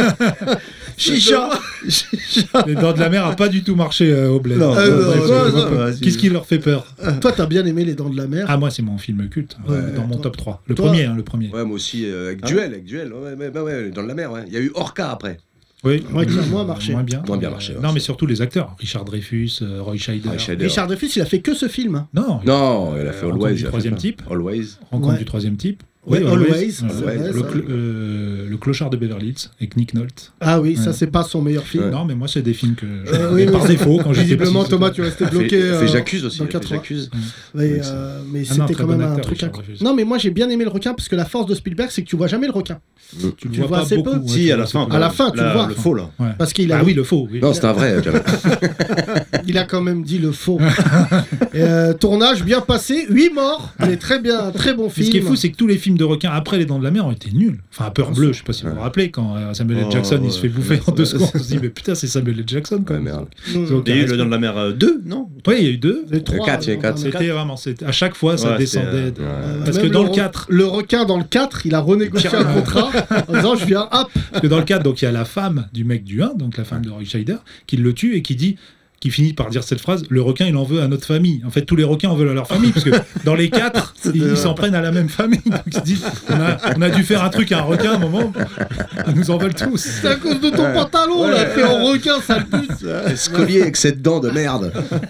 chicha. Les Dents de la Mer a pas du tout marché euh, au bled. Non, Euh, non, bref, non, je vois non, pas. vas-y. Qu'est-ce qui leur fait peur? Toi, t'as bien aimé les Dents de la Mer. Ah, moi, c'est mon film culte, euh, Ouais, dans mon toi- top trois. Le toi- premier, hein, le premier. Ouais, moi aussi, euh, avec Ah Duel, avec Duel. Ouais, ouais, ouais, ouais, dans la mer, ouais. Il y a eu Orca après. Oui, Ouais, qui a moins marché. Moins bien. Moins bien marché, Euh, ouais, non, mais c'est- surtout les acteurs. Richard Dreyfus, euh, Roy Scheider. Roy Scheider. Richard Dreyfus, il a fait que ce film. hein. Non, Non, il a fait Euh, Always. Rencontre du il a fait troisième plein. type. Always. Rencontre Ouais. du troisième type. Ouais, Oui, Always, Euh, c'est vrai, le, ça. clo- euh, le clochard de Beverly Hills avec Nick Nolte. Ah oui, ça Ouais. c'est pas son meilleur film. Non, mais moi, c'est des films que je Euh, regardais oui, par oui. défaut quand j'étais Visiblement, petit. Thomas, tu restais Il a fait- bloqué. il a fait euh, J'accuse aussi. dans il a fait quatre-vingts. J'accuse. Mais, Ouais, euh, mais Ah non, c'était très quand bon même un acteur, truc. Richard incroyable. Dreyfus. Non, mais moi j'ai bien aimé le requin parce que la force de Spielberg, c'est que tu vois jamais le requin. Tu tu le le vois vois pas assez beaucoup. peu. ouais, Si, tu à vois la assez fin. peu. À la fin, tu le vois. Le faux, là. Ouais. Parce qu'il a, Ah oui, le faux. Oui. Non, c'est un vrai. j'avais- il a quand même dit le faux. Euh, tournage bien passé, huit morts, mais très bien, très bon Mais film. ce qui est fou, c'est que tous les films de requins après Les Dents de la Mer ont été nuls. Enfin, Peur bleue, je sais pas si vous vous rappelez, quand euh, Samuel L. Oh, Jackson il ouais. se fait bouffer en deux secondes, on se dit, mais putain, c'est Samuel L. Jackson quand Ouais, même. merde. Mmh. Donc, Il y a eu le Dans de la mer euh, deux, non? Oui, il y a eu deux. Les trois, quatre, il y a euh, quatre. dans- C'était vraiment, c'était- à chaque fois, ça Ouais, descendait. c'est, de- euh, Parce Même que dans le re- quatre, le requin dans le quatre, il a renégocié un contrat en disant je viens, hop. parce que dans le quatre, donc il y a la femme du mec du un, donc la femme de Roy Scheider, qui le tue et qui dit, qui finit par dire cette phrase, le requin il en veut à notre famille. En fait, tous les requins en veulent à leur famille, parce que dans les quatre, ils ils s'en prennent à la même famille. Donc ils se disent, on a, on a dû faire un truc à un requin à un moment, ils nous en veulent tous. C'est à cause de ton pantalon là, fait en requin, sale pute. Escolier avec cette dent de merde.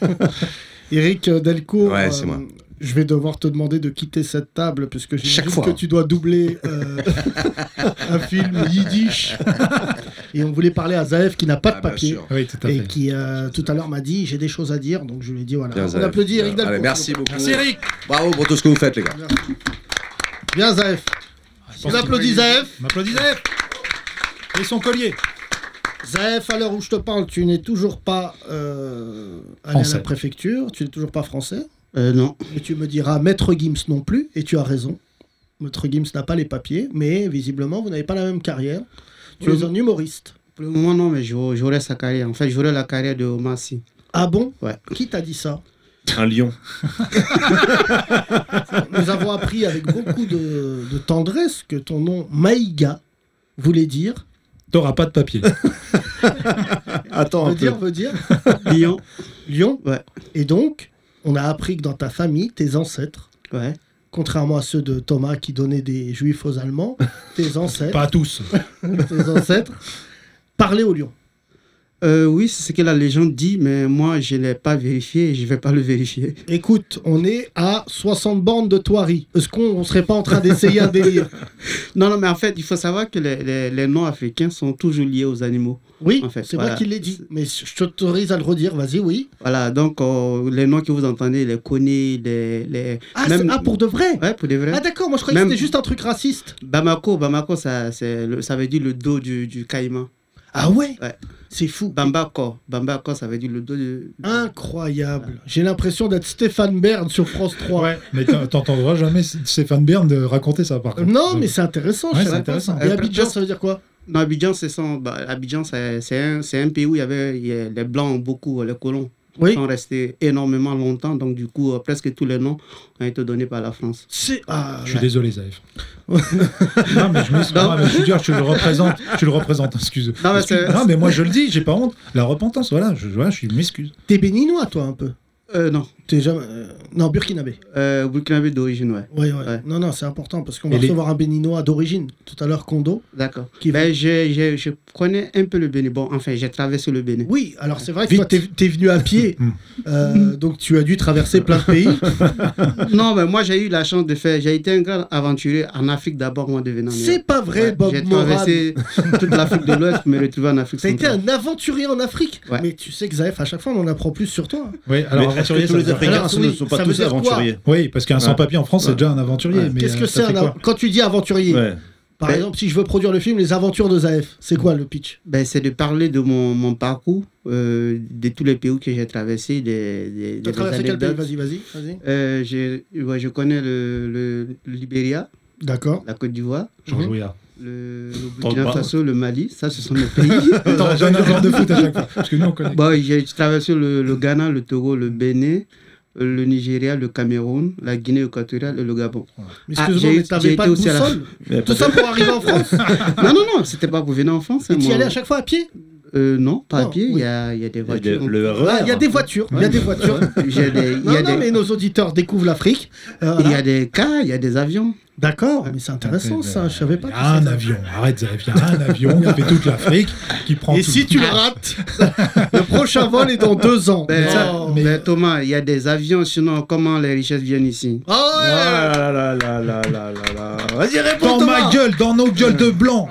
Eric Delcourt, Ouais, c'est moi. je vais devoir te demander de quitter cette table puisque Chaque j'imagine fois. que tu dois doubler euh, un film yiddish. Et on voulait parler à Zaev qui n'a pas de Ah, bien papier. sûr. Oui, tout à Et fait. qui euh, tout à l'heure m'a dit j'ai des choses à dire, donc je lui ai dit voilà. Bien, on Zaev. applaudit Eric Allez, Delcourt. merci beaucoup. Merci Eric. Bravo pour tout ce que vous faites, les gars. Bien Zaev. On applaudit Zaev. On applaudit Zaev. Et son collier. Zaev, à l'heure où je te parle, tu n'es toujours pas euh, allé à Français. la préfecture, tu n'es toujours pas français. Euh, non. Et tu me diras Maître Gims non plus, et tu as raison. Maître Gims n'a pas les papiers, mais visiblement vous n'avez pas la même carrière. Tu Oui. es un humoriste. Pour le moment, non, mais je- j'aurai sa carrière. En fait, j'aurai la carrière de Omar Sy. Ah bon? Ouais. Qui t'a dit ça? Un lion. Nous avons appris avec beaucoup de, de tendresse que ton nom Maïga voulait dire. T'auras pas de papier. Attends un Veut peu. dire, veut dire. Lyon. Lion. Ouais. Et donc, on a appris que dans ta famille, tes ancêtres Ouais. contrairement à ceux de Thomas qui donnaient des juifs aux Allemands, tes ancêtres, Pas tous. tes ancêtres parlaient au lion. Euh, oui, c'est ce que la légende dit, mais moi, je ne l'ai pas vérifié et je ne vais pas le vérifier. Écoute, on est à soixante bornes de Thoiry. Est-ce qu'on ne serait pas en train d'essayer un délire? Non, non, mais en fait, il faut savoir que les, les, les noms africains sont toujours liés aux animaux. Oui, En fait, c'est voilà. moi qui l'ai dit. Mais je t'autorise à le redire, vas-y, oui. Voilà, donc euh, les noms que vous entendez, les Koni, les... les... Ah, même- c'est- ah, pour de vrai? Ouais, pour de vrai. Ah d'accord, moi je croyais Même- que c'était juste un truc raciste. Bamako, Bamako, ça, c'est le- ça veut dire le dos du, du caïman. Ah ouais, Ouais. C'est fou. Bambako, Bambako, ça veut dire le dos du... Incroyable. J'ai l'impression d'être Stéphane Bern sur France trois. Ouais, mais t'en- t'entendras jamais Stéphane Bern de raconter ça par contre. Non, mais c'est intéressant. Ouais, je c'est savais pas intéressant. ça. Et Euh, Abidjan, presque- ça veut dire quoi? Non, Abidjan, c'est son... bah, Abidjan, c'est c'est un, c'est un pays où il y avait il y a- les Blancs ont beaucoup, les colons Oui. sont restés énormément longtemps, donc du coup, euh, presque tous les noms ont été donnés par la France. C'est. Ah, Je suis désolé, Zaef. non, mais je, m'excuse. Non, mais je suis dur, je le représente. Je le représente, excuse. Non, mais Excuse- c'est- non, mais moi je le dis, j'ai pas honte. La repentance, voilà, je, voilà, je suis m'excuse. T'es béninois, toi, un peu. Euh, non, T'es jamais. euh, Non, burkinabé. euh, Burkinabé d'origine, ouais. Ouais, ouais, Ouais. Non, non, c'est important parce qu'on Et va les- recevoir un béninois d'origine. Tout à l'heure, Kondo. D'accord. Qui va- Ben, je, je, je connais un peu le Bénin. Bon, enfin, j'ai traversé le Bénin. Oui, alors c'est vrai que Vite. toi, t'es t'es venu à pied. Mm. euh, donc tu as dû traverser plein de pays. Non, mais moi, j'ai eu la chance de faire. J'ai été un grand aventurier en Afrique d'abord, moi, devenant. C'est pas vrai, Ouais, Bob J'ai Morad. traversé toute l'Afrique de l'Ouest, me retrouver en Afrique T'as été centrale. un aventurier en Afrique. Ouais. Mais tu sais que Zaef, à chaque fois, on en apprend plus sur toi. Oui, Alors, alors est-ce que aventurier, tous ça les veut dire- Africains Alors, ce oui, ne sont pas ça veut tous dire quoi aventuriers? Oui, parce qu'un Ouais. sans-papier en France, c'est Ouais. déjà un aventurier. Ouais. mais, Qu'est-ce euh, que ça c'est fait un quoi av- quand tu dis aventurier? Ouais. Par Ouais. exemple, si je veux produire le film Les Aventures de Zaef, c'est quoi le pitch? Ben, c'est de parler de mon, mon parcours, euh, de tous les pays que j'ai traversés, des, des, T'as des traversé quel pays? anecdotes. Vas-y, vas-y, vas-y. Euh, j'ai- ouais, je connais le, le, le Libéria, D'accord. la Côte d'Ivoire, Jean Jouillard. le, le Parle Burkina pas. Faso, le Mali. Ça, ce sont mes pays. Attends, j'ai un joueur de foot à chaque fois. Parce que nous, on connaît. Bon, j'ai traversé le, le Ghana, le Togo, le Bénin, le Nigeria, le Cameroun, la Guinée équatoriale et le Gabon. Mais Ah, excuse-moi, j'ai- mais t'avais j'ai pas été de aussi à la- boussole? Mais Tout ça pour arriver en France? Non, non, non, c'était pas pour venir en France. hein, Et tu y moi. allais à chaque fois à pied? Euh, non, pas Non, à pied, il oui. y, a, il y a des Il y a voitures. des- le Ah, Il y a des voitures. Il y a des voitures. Il y a des, il Non, y a non, des- mais nos auditeurs découvrent l'Afrique. Euh, il y voilà. a des cas, il y a des avions. D'accord, mais c'est intéressant ça, je savais pas. Il y que a un ça. avion, arrête Zaef, il y a un avion qui fait toute l'Afrique, qui prend Et tout. si tu le rates, le prochain vol est dans deux ans. Ben, Oh. mais- mais Thomas, il y a des avions, sinon comment les richesses viennent ici? Ah ouais. Ah là là là là là là là. Vas-y, réponds, Dans Thomas. ma gueule, dans nos gueules de blanc.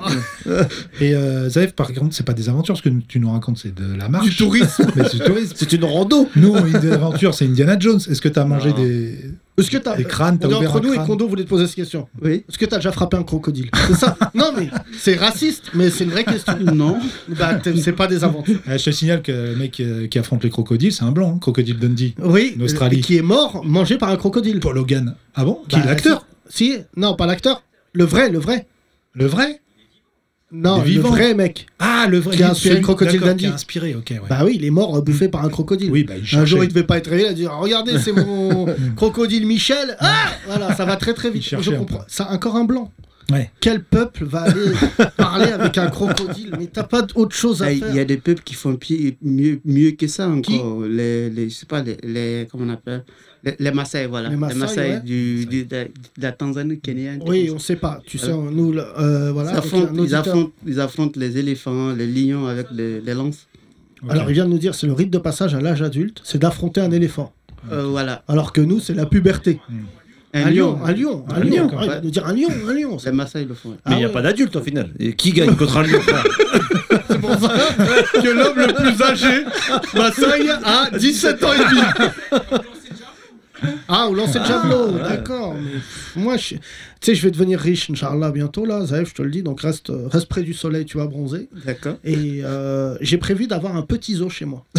Et euh, Zaef, par contre, c'est pas des aventures, ce que tu nous racontes, c'est de la marche. Du tourisme. Mais c'est du tourisme. C'est une rando. Nous, une aventure, c'est Indiana Jones. Est-ce que t'as mangé Non. des, Est-ce que t'as. des crânes, t'as On est ouvert entre un nous et crâne Kondo voulait te poser cette question. Oui. Est-ce que t'as déjà frappé un crocodile? C'est ça? Non, mais c'est raciste, mais c'est une vraie question. Non. Bah, t'es- c'est pas des aventures. Euh, Je te signale que le mec euh, qui affronte les crocodiles, c'est un blanc, hein, Crocodile Dundee. Oui. En Australie. euh, Qui est mort, mangé par un crocodile. Paul Hogan. Ah bon Qui Bah, est l'acteur Si, si. Non, pas l'acteur. Le vrai, le vrai. Le vrai Non, Les le vivants. vrai mec. Ah, le vrai. Qui a inspiré celui- Crocodile d'accord, Dundee. Qui a inspiré, ok, ouais. Bah oui, il est mort euh, bouffé par un crocodile. Oui, bah, il Un cherchait. jour, il devait pas être réveillé, il a dit regardez, c'est mon crocodile Michel. Ah, voilà, ça va très très vite. Il cherchait Je un comprends. peu. C'est encore un blanc. Ouais. Quel peuple va aller parler avec un crocodile? Mais t'as pas autre chose à Ah, faire. Il y a des peuples qui font pi- mieux, mieux que ça encore. les, les, je sais pas, les, les, comment on appelle les, les Maasai, voilà. Les Maasai, ouais. du, du- de, de la Tanzanie, Kenya. Oui, on sait pas. Tu sais, Voilà. nous, là, euh, voilà. ils, avec affrontent, un ils, auditeur. affrontent, ils affrontent les éléphants, les lions avec les, les lances. Ok. Alors, il vient de nous dire c'est le rite de passage à l'âge adulte, c'est d'affronter un éléphant. Euh, voilà. Alors que nous, c'est la puberté. Un, Un lion, lion. un lion, un Un lion. lion, Ah, il va nous dire un lion, un lion. Les Maasai le font. Mais il Ah n'y a ouais. pas d'adulte au final. Et qui gagne contre un lion, frère? C'est pour ça que l'homme le plus âgé, Maasai, a dix-sept ans et demi. Ah, ou lancer le javelot, d'accord. Mais pff, moi, je... tu sais, je vais devenir riche, Inch'Allah, bientôt, là, Zaef, je te le dis. Donc, reste, euh, reste près du soleil, tu vas bronzer. D'accord. Et euh, j'ai prévu d'avoir un petit zoo chez moi.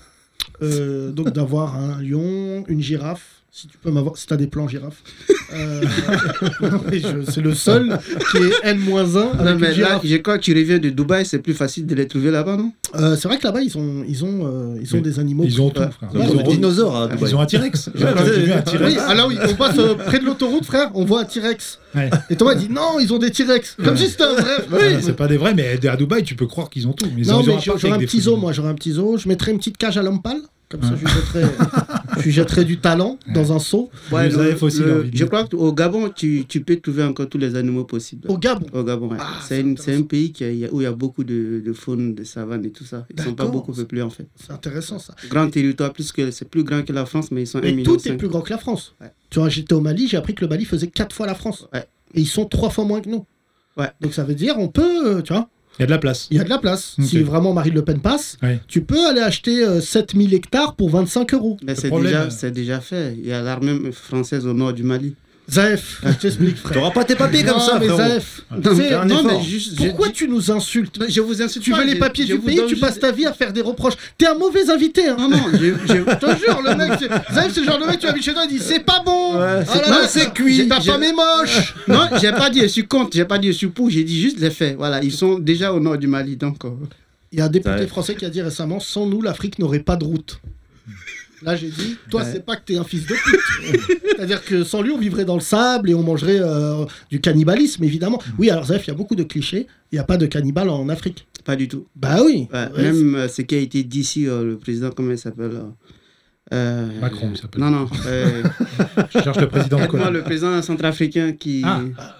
Euh, donc, d'avoir un lion, une girafe. Si tu peux m'avoir, si t'as des plans girafe. Euh, non, mais je- c'est le seul qui est N moins un avec Non, une mais là, girafe. je crois que tu reviens de Dubaï, c'est plus facile de les trouver là-bas, non? Euh, c'est vrai que là-bas, ils ont, ils ont, euh, ils ont Mais des animaux. Ils ont tout, Ouais. frère. Ils Ils ont ont, des dinosaures à ils Dubaï. ont un T-Rex. J'ai Ouais, entendu ouais, un ouais. T-Rex. Oui, ah là oui, on passe euh, près de l'autoroute, frère, on voit un T-Rex. Ouais. Et Thomas dit non, ils ont des T-Rex. Comme Ouais. si c'était un vrai. Ouais, Oui. c'est pas des vrais, mais à Dubaï, tu peux croire qu'ils ont tout. Mais ils Non, ont- ils ont mais un j'aurais parc un avec des petit fous zoo, de- moi, j'aurais un petit zoo. Je mettrais une petite cage à l'homme pâle. Comme ça, je lui jetterai, je lui jetterai du talent dans un seau. Ouais, Les le- A F aussi, le- leur vidéo. je crois qu'au Gabon, tu, tu peux trouver encore tous les animaux possibles. Au Gabon. Au Gabon, ouais. Ah, c'est, c'est une- c'est un intéressant. pays qui a- il y a- où il y a beaucoup de, de faune, de savane et tout ça. Ils sont pas D'accord. beaucoup peuplés en fait. C'est intéressant ça. Grand territoire, plus que c'est plus grand que la France, mais ils sont un Mais million tout est cinq. plus grand que la France. Ouais. Tu vois, j'étais au Mali, j'ai appris que le Mali faisait quatre fois la France. Ouais. Et ils sont trois fois moins que nous. Ouais. Donc ça veut dire, on peut, euh, tu vois, Il y a de la place. il y a de la place. Ok. Si vraiment Marine Le Pen passe, Ouais. tu peux aller acheter euh, sept mille hectares pour vingt-cinq euros. Mais c'est problème, déjà, euh, c'est déjà fait. Il y a l'armée française au nord du Mali. Zaef, je t'explique, frère. T'auras pas tes papiers comme Non, ça, mais frérot. Zaef, Non, tu sais, fais un non, effort. mais juste, je pourquoi dis- tu nous insultes? Non, je vous insulte Tu pas, veux les je- papiers je du vous pays, donne tu juste- passes ta vie à faire des reproches. T'es un mauvais invité, hein. Non, non, je, je- Je te jure, le mec, c'est- Zaef, c'est le genre de mec, tu habites chez toi, il dit c'est pas bon. Ouais, Ah là non, là, c'est cuit. T'as J'ai- pas mes moches. Non, j'ai pas dit je suis contre, j'ai pas dit je suis pour, j'ai dit juste les faits. Voilà, ils sont déjà au nord du Mali, donc. euh, Il y a un député Ouais. français qui a dit récemment sans nous, l'Afrique n'aurait pas de route. Là, j'ai dit, toi, Ouais. c'est pas que t'es un fils de pute. C'est-à-dire que sans lui, on vivrait dans le sable et on mangerait euh, du cannibalisme, évidemment. Oui, alors, Zef, il y a beaucoup de clichés. Il n'y a pas de cannibales en Afrique. Pas du tout. Bah oui. Ouais, Ouais, même euh, ce qui a été dit ici, euh, le président, comment il s'appelle euh, euh, Macron, il s'appelle. Non, non. euh, Je cherche le président de aide-moi, quoi le président centrafricain qui. Ah.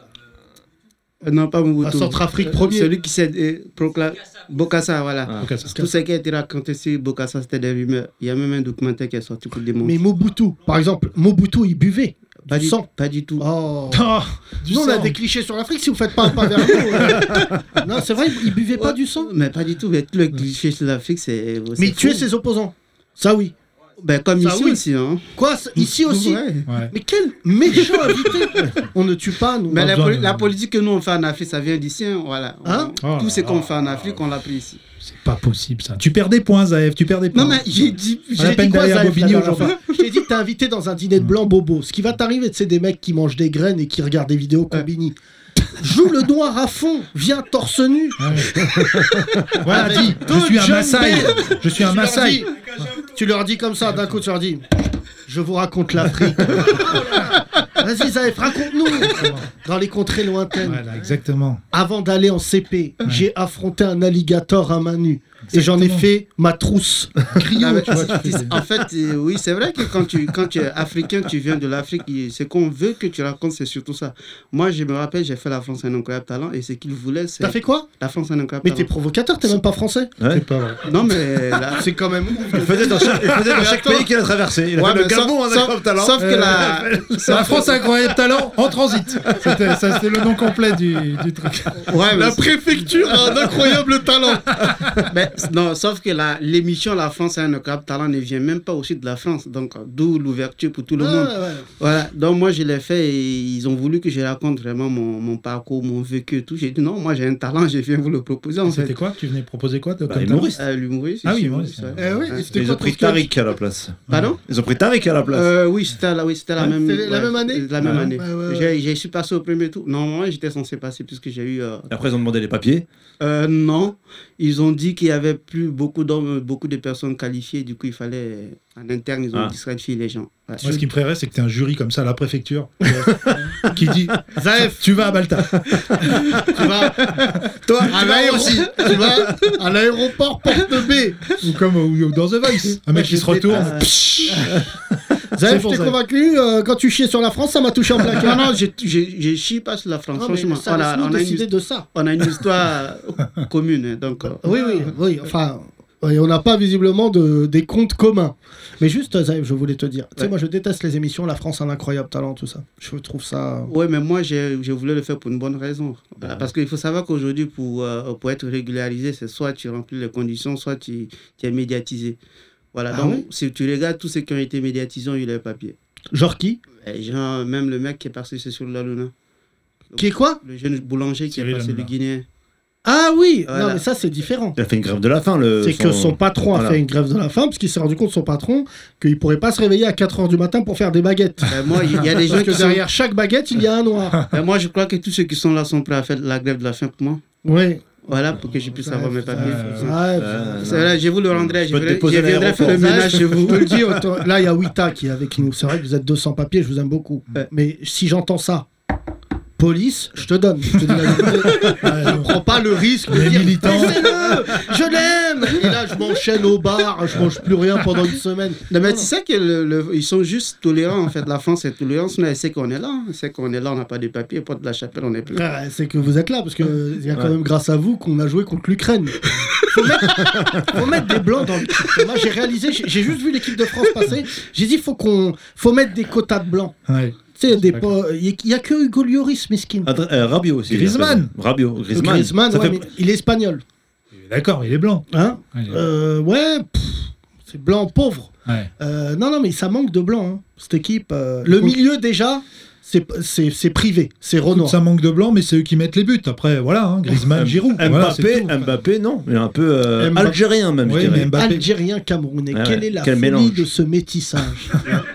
Euh, non, pas Mobutu. Ah, Centrafrique Euh, premier. Celui qui s'est euh, proclamé. Bokassa, voilà. Ah. Ok, ça. Tout ce qui a été raconté sur Bokassa, c'était des rumeurs. Il y a même un documentaire qui est sorti pour démontrer. Mais Mobutu, par exemple, Mobutu, il buvait pas, du du, sang. pas du tout. Oh. Ah, du Nous, on a sang. des clichés sur l'Afrique si vous faites pas un pas vers nous. euh. Non, c'est vrai, il buvait pas Ouais, du sang. Mais pas du tout. Mais tout le cliché sur l'Afrique, c'est. c'est Mais il tuait faux. ses opposants. Ça, oui. Ben, comme Ça, ici oui. aussi. Hein. Quoi, c- ici aussi Ouais. Ouais. Mais quel méchant invité. On ne tue pas, nous. Mais Pas la, besoin poli- de- la politique que nous on fait en Afrique, ça vient d'ici. Hein, voilà. Hein On- Oh tout là ce qu'on là. fait en Afrique, on l'a pris ici. C'est pas possible ça. Tu perds des points, Zaev, tu perds des points. Non, mais j'ai dit. On J'ai a peine dit quoi, d'aller à Zaev, Bobigny la dernière aujourd'hui. fois Je t'ai dit que t'es invité dans un dîner de blanc bobo. Ce qui va t'arriver, c'est des mecs qui mangent des graines et qui regardent des vidéos Combini. Joue le noir à fond, viens torse nu. Voilà, Avec dis, je deux suis un jumbo. Maasai. Je suis un Tu leur Maasai. dis- Tu leur dis comme ça, d'un coup, tu leur dis je vous raconte l'Afrique. Vas-y, Zaef, raconte-nous. Dans les contrées lointaines. Voilà, exactement. Avant d'aller en C P, j'ai affronté un alligator à main nue. Et j'en ai Exactement. fait ma trousse. Ah, mais tu vois, tu fais- en fait, euh, oui, c'est vrai que quand tu, quand tu es africain, tu viens de l'Afrique, et ce qu'on veut que tu racontes, c'est surtout ça. Moi, je me rappelle, j'ai fait la France un incroyable talent, et ce qu'ils voulaient, c'est. T'as fait quoi? La France un incroyable Mais t'es talent. provocateur, t'es même pas français. C'est pas vrai. Non, mais. là- C'est quand même ouf. Il faisait dans chaque, il faisait dans Mais chaque attends. pays qu'il a traversé. Il a Ouais, fait le mais sauf- Gabon, un sauf- incroyable talent. Sauf que Euh, la. La France a incroyable talent en transit. C'était ça, c'était le nom complet du, du truc. Ouais, mais La préfecture a un incroyable talent. Mais, non, sauf que la- l'émission La France a un incroyable talent ne vient même pas aussi de la France. Donc, euh, d'où l'ouverture pour tout le Ouais, monde. ouais. Voilà. Donc, moi, je l'ai fait et ils ont voulu que je raconte vraiment mon, mon parcours, mon vécu et tout. J'ai dit non, moi, j'ai un talent, je viens vous le proposer en C'était fait. quoi? Tu venais proposer quoi de, Bah, comme humoriste. Euh, L'humoriste. Ah oui, ici, humoriste, ouais. Eh oui, Ouais. c'était Ils quoi ont pris ton sketch? Tariq à la place. Pardon Ils ont pris Tariq à la place. euh, Oui, c'était la, oui, c'était la Ouais, même, c'était la même année La même Ouais. année. Ouais, ouais, ouais. J'ai- J'ai su passer au premier tour. Normalement, j'étais censé passer puisque j'ai eu. euh, Après, ils ont demandé les papiers. euh, non, ils ont dit qu'il y avait plus beaucoup d'hommes, beaucoup de personnes qualifiées. Du coup, il fallait. En interne, ils ont Ah. disqualifié les gens. Ouais. Moi, ce qui me plairait, c'est que tu un jury comme ça à la préfecture qui dit Zaef, tu vas à Balta. tu vas Toi, à l'aéroport. Tu vas à l'aéroport Porte B. Ou comme ou, ou dans The Voice. Un mec qui se retourne. Zaef, pour je t'ai Zaef. convaincu, euh, quand tu chiais sur la France, ça m'a touché en plein Non, cœur. non, j'ai- j'ai j'ai chie pas sur la France. Non, mais Franchement, ça, on a, laisse-nous on, a décider une, de ça. on a une histoire commune. hein, Donc, euh, Oui, oui, oui. Enfin, oui, on n'a pas visiblement de, des comptes communs. Mais juste, Zaef, je voulais te dire. Tu sais, Ouais. moi, je déteste les émissions La France a un incroyable talent, tout ça. Je trouve ça. ouais, mais moi, j'ai- je voulais le faire pour une bonne raison. Voilà, parce qu'il faut savoir qu'aujourd'hui, pour, euh, pour être régularisé, c'est soit tu remplis les conditions, soit tu, tu es médiatisé. Voilà, Ah donc oui si tu regardes tous ceux qui ont été médiatisés ont eu les papiers. Genre qui? Et genre, même le mec qui est passé c'est sur la Luna. Qui est quoi? Le jeune boulanger qui Cyril est passé, le Hanouna. Guinéen. Ah oui! Non, Voilà. mais ça, c'est différent. Il a fait une grève de la faim. Le, C'est que son patron a voilà. fait une grève de la faim parce qu'il s'est rendu compte, son patron, qu'il pourrait pas se réveiller à quatre heures du matin pour faire des baguettes. Ben, moi, il y a des gens Parce qui que sont... derrière chaque baguette, il y a un noir. Ben, moi, je crois que tous ceux qui sont là sont prêts à faire la grève de la faim pour moi. Oui. Voilà, pour que je puisse avoir mes papiers. Ouais, Euh, C'est vrai, je vous le rendrai. Je, peux te verrai- déposer je à viendrai faire le l'aéroport. ménage chez vous. Je te le dis, autant- là, il y a Wita qui est avec nous. C'est vrai que vous êtes deux cents papiers, je vous aime beaucoup. Ouais. Mais si j'entends ça, police, je te donne. Je te dis la vérité. Je prends pas le risque de Les dire militants. laissez-le, je l'aime. Et là, je m'enchaîne au bar, je mange plus rien pendant une semaine. Non, mais Non, tu sais qu'ils sont juste tolérants, en fait. La France est tolérante. Nous, elle sait qu'on est là. Elle sait qu'on est là, on n'a pas de papier. Porte de la chapelle, on est plus. Ah, c'est que vous êtes là, parce qu'il y a quand même grâce à vous qu'on a joué contre l'Ukraine. Faut mettre, faut mettre des blancs dans l'équipe. Moi, j'ai réalisé, j'ai j'ai juste vu l'équipe de France passer. J'ai dit, faut qu'on, faut mettre des quotas de blancs. Ouais. Tu sais, des po- il y a que Hugo Lloris, miskin. Adr- euh, Rabiot aussi. Griezmann. il appelle. Rabiot. Griezmann. Griezmann, Ça ouais, fait- mais il est espagnol. D'accord, il est blanc. Hein Ouais, il est- Euh, ouais, pff, c'est blanc pauvre. Ouais. Euh, non, non, mais ça manque de blanc, hein, cette équipe. euh, le milieu, déjà, c'est c'est- c'est privé. C'est Renoir. Ça manque de blanc, mais c'est eux qui mettent les buts. Après, voilà, hein, Griezmann, Giroud. Voilà, c'est Mbappé, tout. Mbappé, non. Il est un peu euh, Mbappé. algérien, même, Oui, je dirais. mais Mbappé. Algérien, Camerounais. Ah ouais, Quelle est la quel folie mélange. de ce métissage?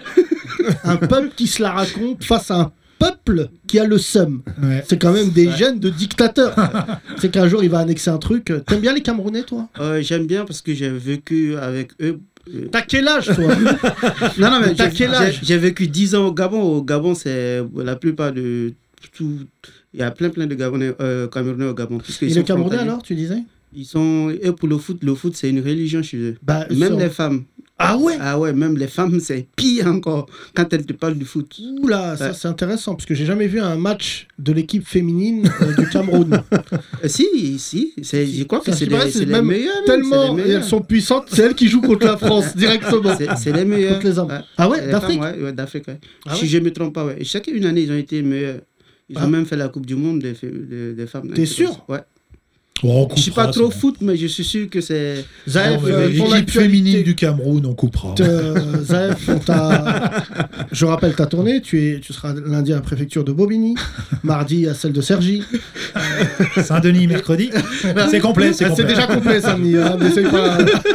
Un peuple qui se la raconte face à un peuple qui a le seum. Ouais. C'est quand même des gènes de dictateurs. C'est qu'un jour, il va annexer un truc. T'aimes bien les Camerounais, toi? Euh, J'aime bien parce que j'ai vécu avec eux. Euh, T'as quel âge, toi? Non, non, mais T'as j'ai- quel âge? j'ai- J'ai vécu dix ans au Gabon. Au Gabon, c'est la plupart de tout. Il y a plein, plein de Gabonais, euh, Camerounais au Gabon. puisqu'ils Et les sont Camerounais, frontaliers. alors, tu disais? Ils sont. Et pour le foot, le foot, c'est une religion chez eux. Bah, Même sur- les femmes. Ah ouais? Ah ouais, même les femmes, c'est pire encore quand elles te parlent du foot. Oula, ça Ouais. c'est intéressant parce que j'ai jamais vu un match de l'équipe féminine euh, du Cameroun. Euh, si, si, c'est- je crois que Ça, c'est je dirais, les, c'est c'est les même meilleurs. même, Tellement c'est les et meilleurs. elles sont puissantes, c'est elles qui jouent contre la France directement. C'est c'est les meilleurs. Contre les hommes. Ouais. Ah ouais, Les d'Afrique? femmes, ouais, ouais, d'Afrique, ouais. Ah Si ouais je ne me trompe pas, ouais. Et chaque une année, ils ont été meilleurs. Ils Ah. ont même fait la Coupe du Monde des, fa- des, des femmes. T'es sûr? Ouais. Bon, on Je suis pas coupera, trop c'est bon. foot, mais je suis sûr que c'est. Zaef, Non, mais euh, pour L'équipe l'actualité, féminine du Cameroun, on coupera. euh, Zaef, on t'a- je rappelle ta tournée. Tu, es, tu seras lundi à la préfecture de Bobigny, mardi à celle de Cergy. Saint-Denis, mercredi. C'est complet, c'est Ah, c'est complet. déjà complet, samedi. Hein, n'essaye pas.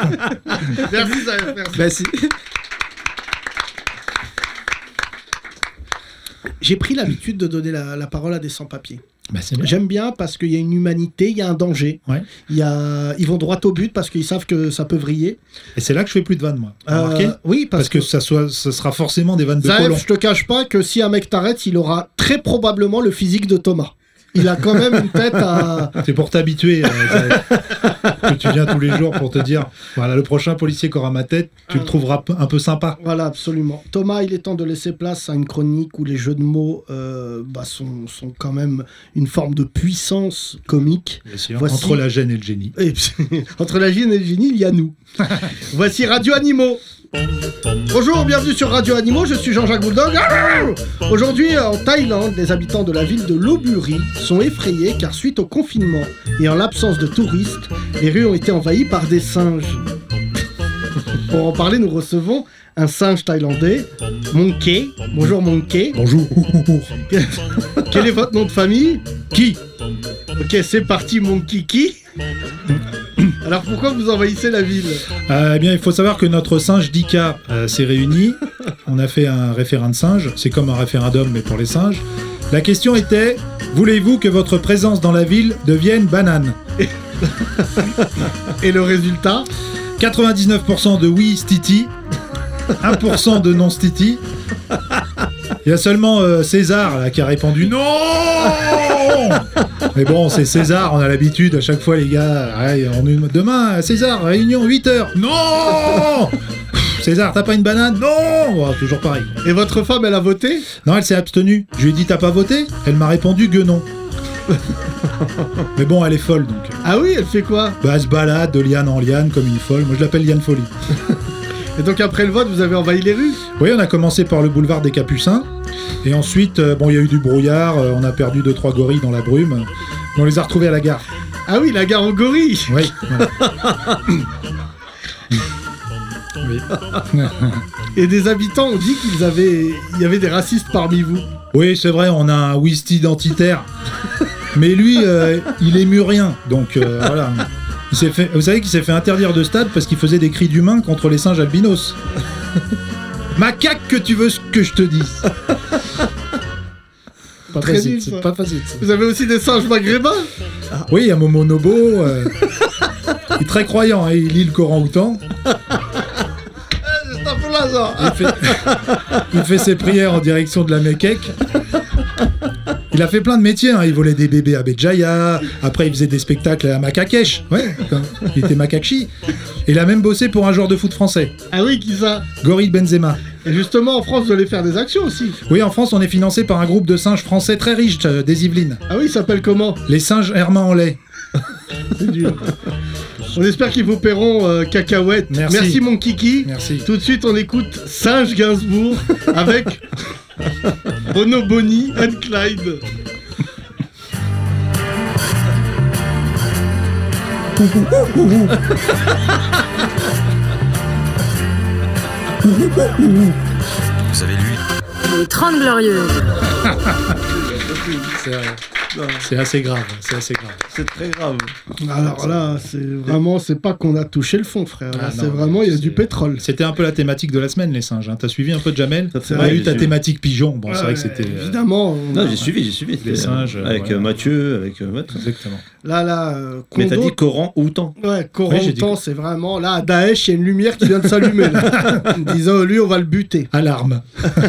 Merci, Zaef. Merci. Merci. J'ai pris l'habitude de donner la, la parole à des sans-papiers. Bah, c'est bien. J'aime bien parce qu'il y a une humanité, il y a un danger. Ouais. Il y a... Ils vont droit au but parce qu'ils savent que ça peut vriller. Et c'est là que je fais plus de vannes, moi. T'as remarqué Euh, oui, parce, Parce que, ça, soit, ça sera forcément des vannes de Zaef, colons. je te cache pas que si un mec t'arrête, il aura très probablement le physique de Thomas. Il a quand même une tête à... C'est pour t'habituer, euh, Zaef, que tu viens tous les jours pour te dire, voilà, le prochain policier qui aura ma tête, tu le trouveras p- un peu sympa. Voilà, absolument. Thomas, il est temps de laisser place à une chronique où les jeux de mots euh, bah, sont, sont quand même une forme de puissance comique. Bien sûr. Voici- Entre la gêne et le génie. Et puis, entre la gêne et le génie, il y a nous. Voici Radio Animaux. Bonjour, bienvenue sur Radio Animaux, je suis Jean-Jacques Bouldog. Ah Aujourd'hui, en Thaïlande, les habitants de la ville de Lopburi sont effrayés car suite au confinement et en l'absence de touristes, les rues ont été envahies par des singes. Pour en parler, nous recevons un singe thaïlandais, Monkey. Bonjour Monkey. Bonjour. Quel est votre nom de famille? Qui? Ok, c'est parti mon kiki. Alors pourquoi vous envahissez la ville? Euh, eh bien, il faut savoir que notre singe Dika euh, s'est réuni. On a fait un référendum de singe. C'est comme un référendum, mais pour les singes. La question était, voulez-vous que votre présence dans la ville devienne banane? Et le résultat? quatre-vingt-dix-neuf pour cent de oui, stiti. un pour cent de non, stiti. Il y a seulement euh, César là, qui a répondu non. Mais bon, c'est César, on a l'habitude à chaque fois, les gars. Ouais, on est- demain, César, réunion, huit heures. Non. César, t'as pas une banane? Non. Bon, toujours pareil. Et votre femme, elle a voté? Non, elle s'est abstenue. Je lui ai dit, t'as pas voté? Elle m'a répondu que non. Mais bon, elle est folle donc. Ah oui, elle fait quoi? Bah, elle se balade de liane en liane comme une folle. Moi, je l'appelle Liane Folie. Et donc après le vote, vous avez envahi les rues? Oui, on a commencé par le boulevard des Capucins. Et ensuite, euh, bon, il y a eu du brouillard. euh, on a perdu deux, trois gorilles dans la brume. Mais on les a retrouvés à la gare. Ah oui, la gare aux gorilles. Oui. voilà. Oui. Et des habitants ont dit qu'ils avaient... il y avait des racistes parmi vous. Oui, c'est vrai, on a un whist identitaire. Mais lui, euh, il émue rien. Donc euh, voilà. Il s'est fait, vous savez qu'il s'est fait interdire de stade parce qu'il faisait des cris d'humains contre les singes albinos. Macaque que tu veux que je te dise. Pas Très facile, nul, c'est ça. pas facile. ça. Vous avez aussi des singes maghrébins? Oui, il y a Momo Nobo. euh, il est très croyant, hein, il lit le Coran outan. C'est un peu là, ça. Il fait, il fait ses prières en direction de la Mékèque. Il a fait plein de métiers, hein. Il volait des bébés à Béjaïa, après il faisait des spectacles à Marrakech, ouais, quand il était Makakchi. Et il a même bossé pour un joueur de foot français, Ah oui, qui ça? Goril Benzema. Et justement, en France, vous allez faire des actions aussi. Oui, en France, on est financé par un groupe de singes français très riche euh, des Yvelines. Ah oui, il s'appelle comment? Les singes Hermann en lait. C'est dur. On espère qu'ils vous paieront euh, cacahuètes. Merci. mon kiki. Merci. Tout de suite, on écoute Singe Gainsbourg avec Bono Bonnie and Clyde. Vous avez lu Les trente Glorieuses. C'est, euh, c'est assez grave, c'est assez grave. C'est très grave. Alors là, c'est vraiment, c'est pas qu'on a touché le fond, frère. Là, Ah c'est non, vraiment, il y a c'est- du pétrole. C'était un peu la thématique de la semaine, les singes. Hein. T'as suivi un peu de Jamel? Ça fait T'as mal, eu j'ai ta suivi. thématique pigeon. Bon, c'est vrai Ouais, que c'était. euh, Évidemment. on Non, a- j'ai suivi, j'ai suivi. Les C'était, singes, Avec voilà. euh, Mathieu, avec. euh, ouais, tout ça. Exactement. Là, là, euh, Mais t'as Kondo- dit Coran ou temps. Ouais, Oui, j'ai dit Corentin, c'est vraiment. Là, à Daesh, il y a une lumière qui vient de s'allumer. Là. En disant, lui, on va le buter. Alarme.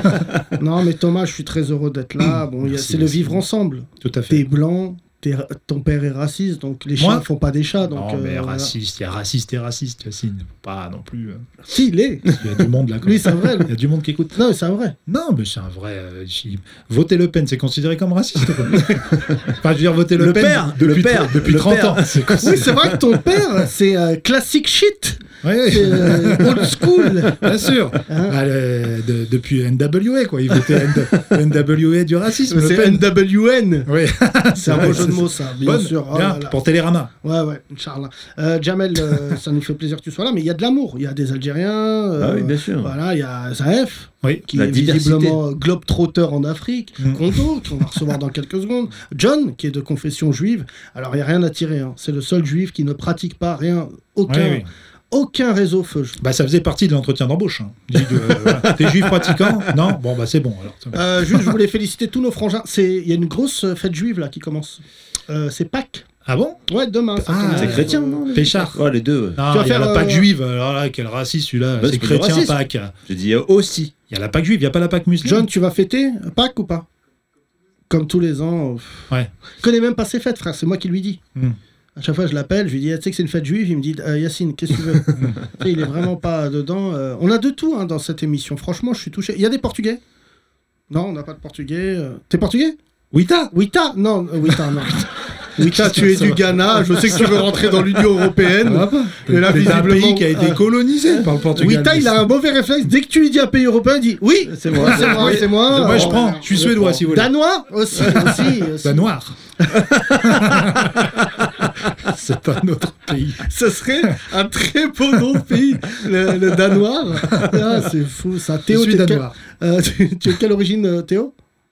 Non, mais Thomas, je suis très heureux d'être là. Bon, il y a- Merci, c'est le merci. vivre ensemble. Tout à T'es fait. blanc, t'es ra- ton père est raciste, donc les Moi chiens font pas des chats. Donc, non, mais euh, voilà. raciste, il y a raciste et raciste, Yacine. Faut pas non plus. euh, Si, il est. Il y a du monde là. quand Lui, même. c'est vrai. lui. Il y a du monde qui écoute. Non, mais c'est un vrai. Non, mais c'est un vrai. euh, si- Voter Le Pen, c'est considéré comme raciste. quoi. Enfin, je veux dire, voter Le, Le Pen père, depuis, le père, depuis le trente père. ans. C'est Oui, c'est vrai que ton père, c'est euh, classique shit. Oui, oui. C'est euh, old school. Bien sûr. Hein Ah, le- de- depuis N W A, quoi. Il votait N- N W A du racisme. Le C'est Pen. N W N. Oui. C'est un vrai, beau jeu de c'est- mots, ça, bien Bonne, sûr. Oh bien, là là. pour Télérama. Ouais, ouais, Inch'Allah. Euh, Jamel, euh, ça nous fait plaisir que tu sois là, mais il y a de l'amour. Il y a des Algériens. euh, Ah oui, bien sûr. Voilà, il y a Zaef, Oui. qui La est diversité. visiblement globe-trotter en Afrique. Mm. Kondo, qu'on va recevoir dans quelques secondes. John, qui est de confession juive. Alors, il n'y a rien à tirer. Hein. C'est le seul juif qui ne pratique pas rien, aucun, Oui, oui. aucun réseau feu. Bah, ça faisait partie de l'entretien d'embauche. Hein. Dit de, euh, voilà. T'es juif pratiquant? Non? Bon, bah, c'est bon. Alors. Euh, juste, je voulais féliciter tous nos frangins. C'est- Il y a une grosse euh, fête juive là qui commence. Euh, c'est Pâques. Ah bon? Ouais, demain. Ça Ah, commence. C'est chrétien, non les- Péchard. Ouais, les deux. ouais. Non, Tu vas il y a faire, la euh, Pâque juive. Alors là, quel raciste celui-là. Bah, c'est c'est pas du chrétien, racisme. Pâques. Je dis euh, aussi. Il y a la Pâque juive, il n'y a pas la Pâque musulmane. John, tu vas fêter Pâques ou pas? Comme tous les ans. euh, Ouais. Je connais même pas ses fêtes, frère. C'est moi qui lui dis. Hmm. À chaque fois, je l'appelle, je lui dis, ah, tu sais que c'est une fête juive. Il me dit, euh, Yacine, qu'est-ce que tu veux? Tu sais, il est vraiment pas dedans. euh, On a de tout hein, dans cette émission. Franchement, je suis touché. Il y a des Portugais? Non, on n'a pas de Portugais. euh. T'es Portugais? Wita. Wita? Non, euh, Wita, non. Wita, tu es Ça du va. Ghana. Je sais que tu veux rentrer dans l'Union Ça européenne. va pas. Mais là, T'es d'un visiblement, pays qui a été euh, colonisé par le Portugal. Wita, il a un mauvais réflexe. Dès que tu lui dis un pays européen, il dit oui, C'est moi. c'est moi, c'est moi. Moi, je Euh, prends. Je suis suédois, si vous voulez. Danois aussi, aussi, aussi. Bah, noir. C'est un autre pays. Ce serait un très beau nom de pays, le, le Danois. Ah, c'est fou ça. Théo, Je suis t'es de quelle- danois. euh, tu, tu es de quelle origine, euh, Théo?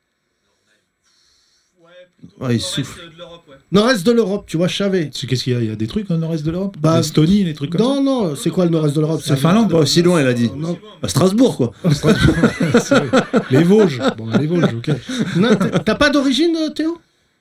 Ouais, il souffle. Nord-est de l'Europe, tu vois, je savais. C'est- Qu'est-ce qu'il y a? Il y a des trucs au nord-est de l'Europe? Bah, L'Estonie, les trucs comme Non, non, c'est quoi le nord-est de l'Europe? La Finlande. Pas aussi loin, elle a dit. Non, À Strasbourg, quoi. ça. C'est vrai. Les Vosges. Bon, les Vosges, ok. non, t'es- t'as pas d'origine, euh, Théo?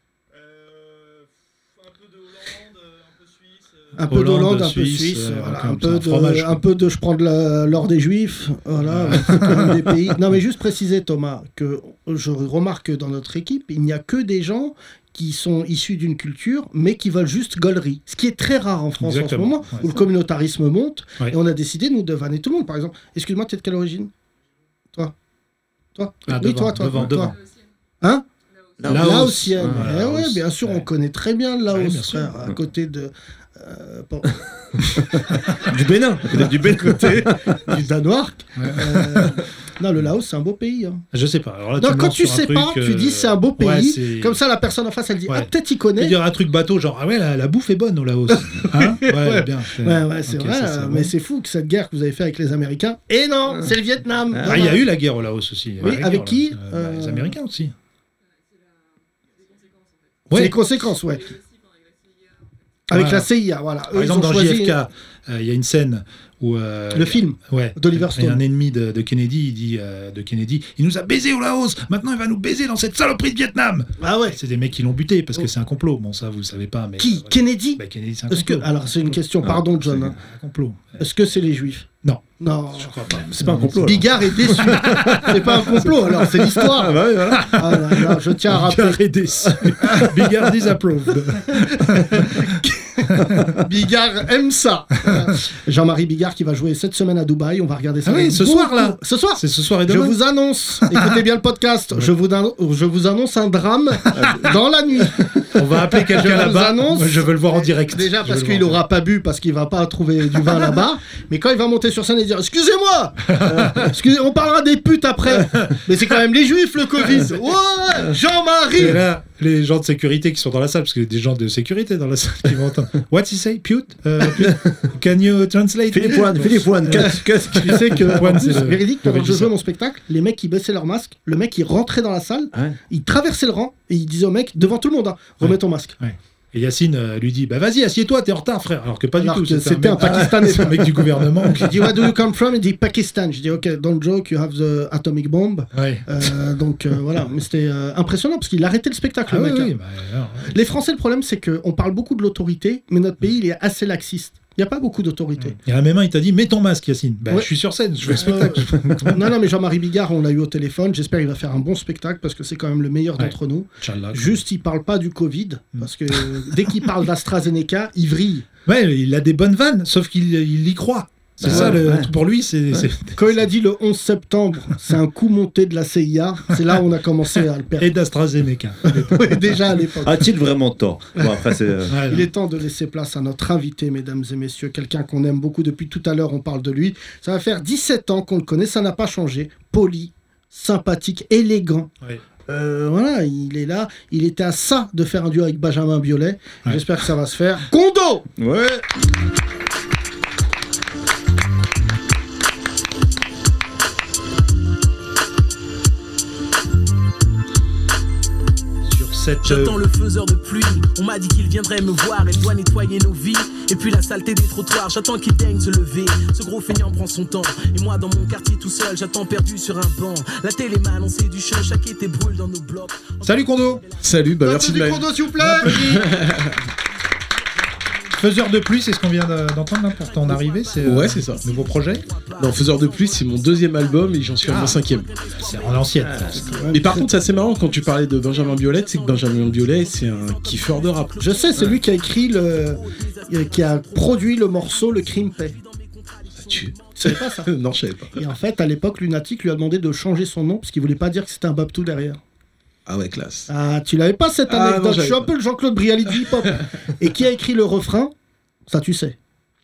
Un peu Hollande, d'Hollande, un peu Suisse, Suisse, euh, voilà, comme un, ça, peu un de, fromage, quoi. un peu de je prends de la- l'or des Juifs, voilà, c'est quand même des pays. Non, mais juste préciser, Thomas, que je remarque que dans notre équipe, il n'y a que des gens qui sont issus d'une culture, mais qui veulent juste gaulerie. Ce qui est très rare en France Exactement, en ce moment, ouais. où le communautarisme monte, Ouais. et on a décidé, nous, de vanner tout le monde. Par exemple, excuse-moi, t'es de quelle origine? Toi Toi Ah, Oui, devant, toi, toi, devant, toi. devant. Hein Laos. Laotienne. Ah, Eh ouais, Laos. bien sûr, on Ouais. connaît très bien le Laos, Ouais, bien sûr. frère, à côté de... euh, bon, Du Bénin. Peut-être du Bénin. côté du Danemark. Ouais. Euh, non, le Laos, c'est un beau pays. hein. Je sais pas. Alors là, Non, me quand lances tu sur un sais truc, pas, tu euh, dis c'est un beau pays. ouais, c'est- Comme ça, la personne en face, elle dit Ouais. ah, peut-être il Tu connaît. dire un truc bateau, genre, ah ouais, la, la bouffe est bonne au Laos. Hein ouais, Ouais. bien. Ouais, ouais, c'est Ok, vrai, ça, c'est euh, bon. mais c'est fou que cette guerre que vous avez fait avec les Américains. Et non, c'est le Vietnam. Ah, il y a eu la guerre au Laos aussi. Oui, La guerre, avec là. qui Euh, bah, Les Euh, Américains aussi. C'est Ouais. les conséquences, ouais. Avec Ouais. la C I A, voilà. Par Eux, ils exemple, ont dans choisi J F K, euh, il y a une scène où. euh, le film Ouais. d'Oliver Il y a un Stone. ennemi de, de Kennedy, il dit euh, de Kennedy, il nous a baisé au Laos, maintenant il va nous baiser dans cette saloperie de Vietnam. Ah ouais. C'est des mecs qui l'ont buté parce que c'est un complot. Bon, ça vous le savez pas, mais. Qui euh, voilà. Kennedy Bah, Kennedy, c'est un Est-ce que complot. alors c'est une question, pardon, John. C'est hein. un complot. Est-ce que c'est les Juifs? Non. Non, je crois pas. C'est pas un complot. Bigard est déçu. C'est pas un complot, alors c'est l'histoire. Ah bah oui, voilà. Ah, là, là, je tiens à rappeler. Bigard est déçu. Bigard disapproved. Bigard aime ça. Jean-Marie Bigard qui va jouer cette semaine à Dubaï. On va regarder ça. Ah oui, ce soir là. Ce soir. C'est ce soir et Je demain. vous annonce. Écoutez bien le podcast. Je vous, dan- je vous annonce un drame dans la nuit. On va appeler Je quelqu'un vous là-bas. annonce- Moi, je veux le voir en direct. Déjà Je parce veux le qu'il voir. aura pas bu, parce qu'il va pas trouver du vin là-bas. Mais quand il va monter sur scène et dire excusez-moi, euh, excusez, on parlera des putes après. Mais c'est quand même les juifs le Covid. Ouais, Et Jean-Marie. là, les gens de sécurité qui sont dans la salle, parce qu'il y a des gens de sécurité dans la salle qui vont entendre. What's he say? Pute? Uh, pute? Can you translate? Philippe One, Philippe One, qu'est-ce que Tu sais que One, en plus, c'est le- véridique, le pendant que je régisseur. jouais mon spectacle, les mecs qui baissaient leur masque, le mec il rentrait dans la salle, Ouais. il traversait le rang et il disait au mec devant tout le monde, hein, remets Ouais. ton masque. Et Yacine euh, lui dit bah vas-y assieds-toi, t'es en retard frère. Alors que pas Alors du tout. que c'était un mec- Pakistanais. C'est un mec du gouvernement. J'ai dit where do you come from? Il dit Pakistan. Je dis ok, don't joke, you have the atomic bomb. Ouais. Euh, donc euh, voilà, mais c'était euh, impressionnant parce qu'il arrêtait le spectacle, Ah le oui, mec. oui, hein. bah, alors, Les Français, le problème, c'est qu'on parle beaucoup de l'autorité, mais notre pays, il est assez laxiste. Il n'y a pas beaucoup d'autorité. il y a un même il t'a dit mets ton masque Yacine. Bah Ouais. je suis sur scène, je fais le Euh, spectacle. non, non, mais Jean-Marie Bigard, on l'a eu au téléphone. J'espère qu'il va faire un bon spectacle parce que c'est quand même le meilleur Ouais. d'entre nous. Inch'Allah. Juste, il parle pas du Covid parce que dès qu'il parle d'AstraZeneca, il vrille. Ouais, il a des bonnes vannes, sauf qu'il il y croit. C'est Bah ça, ouais, le, ouais. pour lui, c'est... c'est- Quand il a dit le onze septembre, c'est un coup monté de la C I A, c'est là où on a commencé à le perdre. Et d'AstraZeneca. Ouais, déjà à l'époque. A-t-il vraiment tort? Bon, après, c'est. euh, Ouais, Il est temps de laisser place à notre invité, mesdames et messieurs, quelqu'un qu'on aime beaucoup depuis tout à l'heure, on parle de lui. Ça va faire dix-sept ans qu'on le connaît, ça n'a pas changé. Poli, sympathique, élégant. Ouais. Euh, voilà, il est là. Il était à ça de faire un duo avec Benjamin Biolay. Ouais. J'espère que ça va se faire. Kondo. Ouais. Sur cette... J'attends le faiseur de pluie. On m'a dit qu'il viendrait me voir et doit nettoyer nos vies. Et puis la saleté des trottoirs, j'attends qu'il daigne se lever. Ce gros feignant prend son temps. Et moi dans mon quartier tout seul, j'attends perdu sur un banc. La télé m'a annoncé du show, chaque été brûle dans nos blocs. Salut Kondo. Salut, bah merci de Applaudis la... Kondo, s'il vous plaît. Faiseur de pluie, c'est ce qu'on vient de- d'entendre là pour ton arrivée, c'est euh, Ouais, c'est ça. nouveau projet. Non, Faiseur de pluie, c'est mon deuxième album et j'en suis à Ah. mon cinquième. C'est en l'ancienne. Mais par contre, c'est assez marrant quand tu parlais de Benjamin Biolay, c'est que Benjamin Biolay, c'est un kiffeur de rap. Je sais, c'est lui qui a écrit le. qui a produit le morceau Le Crime Paix. Ça tue. Tu savais pas ça? Non, je savais pas. Et en fait, à l'époque, Lunatic lui a demandé de changer son nom parce qu'il voulait pas dire que c'était un Babtou derrière. Ah ouais, classe. Ah, tu l'avais pas cette Ah, anecdote? non, Je j'avais suis un pas. peu le Jean-Claude Brialy du hip-hop. Et qui a écrit le refrain? Ça, tu sais.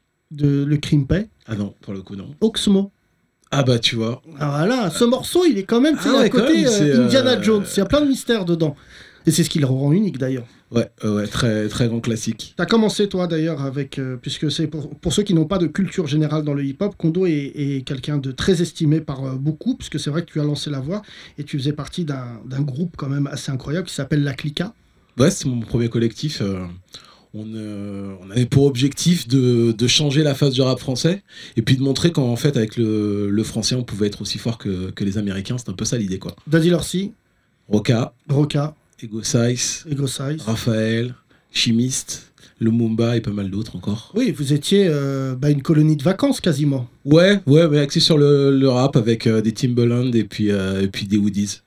De Le Crime Paix. Ah non, pour le coup, non. Oxmo. Ah bah, tu vois. Ah, voilà, ce morceau, il est quand même, tu sais, Ah ouais, à quand côté même, euh, c'est, euh, Indiana Jones. Il y a plein de mystères dedans. Et c'est ce qui le rend unique d'ailleurs. Ouais, euh, ouais, très, très grand classique. T'as commencé toi d'ailleurs avec, euh, puisque c'est pour, pour ceux qui n'ont pas de culture générale dans le hip-hop, Kondo est, est quelqu'un de très estimé par euh, beaucoup, puisque c'est vrai que tu as lancé la voix et tu faisais partie d'un d'un groupe quand même assez incroyable qui s'appelle La Clica. Ouais, c'est mon premier collectif. euh, on, euh, on avait pour objectif de, de changer la face du rap français et puis de montrer qu'en fait, avec le, le français, on pouvait être aussi fort que, que les Américains. C'est un peu ça l'idée, quoi. Daddy Lorsi, Roca, Roca, Ego Size, Ego Size. Raphaël, Chimiste, Lumumba et pas mal d'autres encore. Oui, vous étiez euh, bah, une colonie de vacances quasiment. Ouais, ouais, mais axé sur le, le rap avec euh, des Timbaland et puis, euh, et puis des Woodies.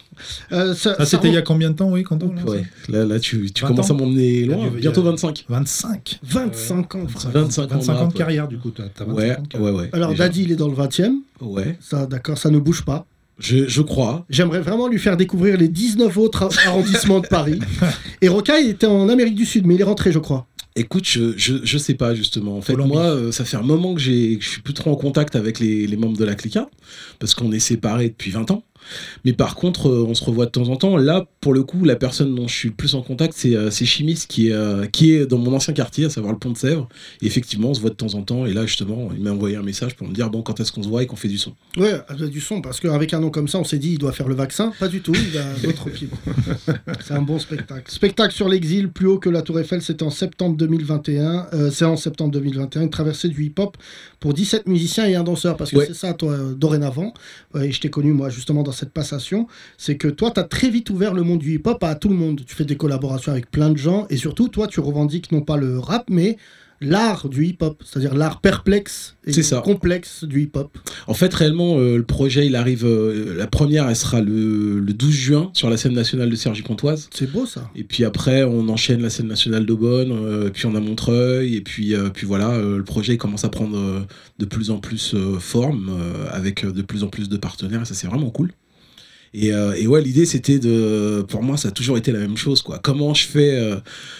Euh, ça, Ça, ça c'était il y a rend- combien de temps, oui, Kondo là, Ouais, là, là tu, tu vingt commences ans. à m'emmener loin. Il y a du- Bientôt il y a- vingt-cinq. vingt-cinq. vingt-cinq ans. frère. vingt-cinq ans de vingt-cinq ans rap, de carrière, du coup. T'as t'as vingt-cinq Ouais, ans de carrière. ouais, ouais. Alors déjà. Daddy, il est dans le vingtième. Ouais, Ça, d'accord, ça ne bouge pas. je, je crois. J'aimerais vraiment lui faire découvrir les dix-neuf autres arrondissements de Paris. Et Roca, il était en Amérique du Sud, mais il est rentré, je crois. Écoute, je, je, je sais pas justement. En fait, Colombie. moi, euh, ça fait un moment que, j'ai, que je suis plus trop en contact avec les, les membres de la Clica, parce qu'on est séparés depuis vingt ans. Mais par contre, euh, on se revoit de temps en temps. Là, pour le coup, la personne dont je suis le plus en contact, c'est, euh, c'est Chimiste, qui est, euh, qui est dans mon ancien quartier, à savoir le Pont de Sèvres. Et effectivement, on se voit de temps en temps. Et là, justement, il m'a envoyé un message pour me dire, bon, quand est-ce qu'on se voit et qu'on fait du son. Ouais, avec du son, parce qu'avec un nom comme ça, on s'est dit, il doit faire le vaccin. Pas du tout, il a d'autres fibres. C'est un bon spectacle. Spectacle sur l'exil, plus haut que la Tour Eiffel, c'était en septembre deux mille vingt et un. Euh, c'est en septembre deux mille vingt et un, une traversée du hip-hop pour dix-sept musiciens et un danseur. Parce que Ouais. c'est ça, toi, euh, dorénavant. Ouais, et je t'ai connu, moi, justement, dans cette passation. C'est que toi, tu as très vite ouvert le monde du hip-hop à tout le monde. Tu fais des collaborations avec plein de gens. Et surtout, toi, tu revendiques non pas le rap, mais l'art du hip-hop, c'est-à-dire l'art perplexe et C'est ça. complexe du hip-hop. En fait, réellement, euh, le projet, il arrive. euh, la première, elle sera le, le douze juin sur la scène nationale de Cergy-Pontoise. C'est beau ça. Et puis après, on enchaîne la scène nationale d'Aubonne, euh, puis on a Montreuil, et puis, euh, puis voilà, euh, le projet il commence à prendre euh, de plus en plus euh, forme, euh, avec euh, de plus en plus de partenaires, et ça c'est vraiment cool. Et, euh, et ouais, l'idée c'était de. Pour moi, ça a toujours été la même chose, quoi. Comment je fais. Euh,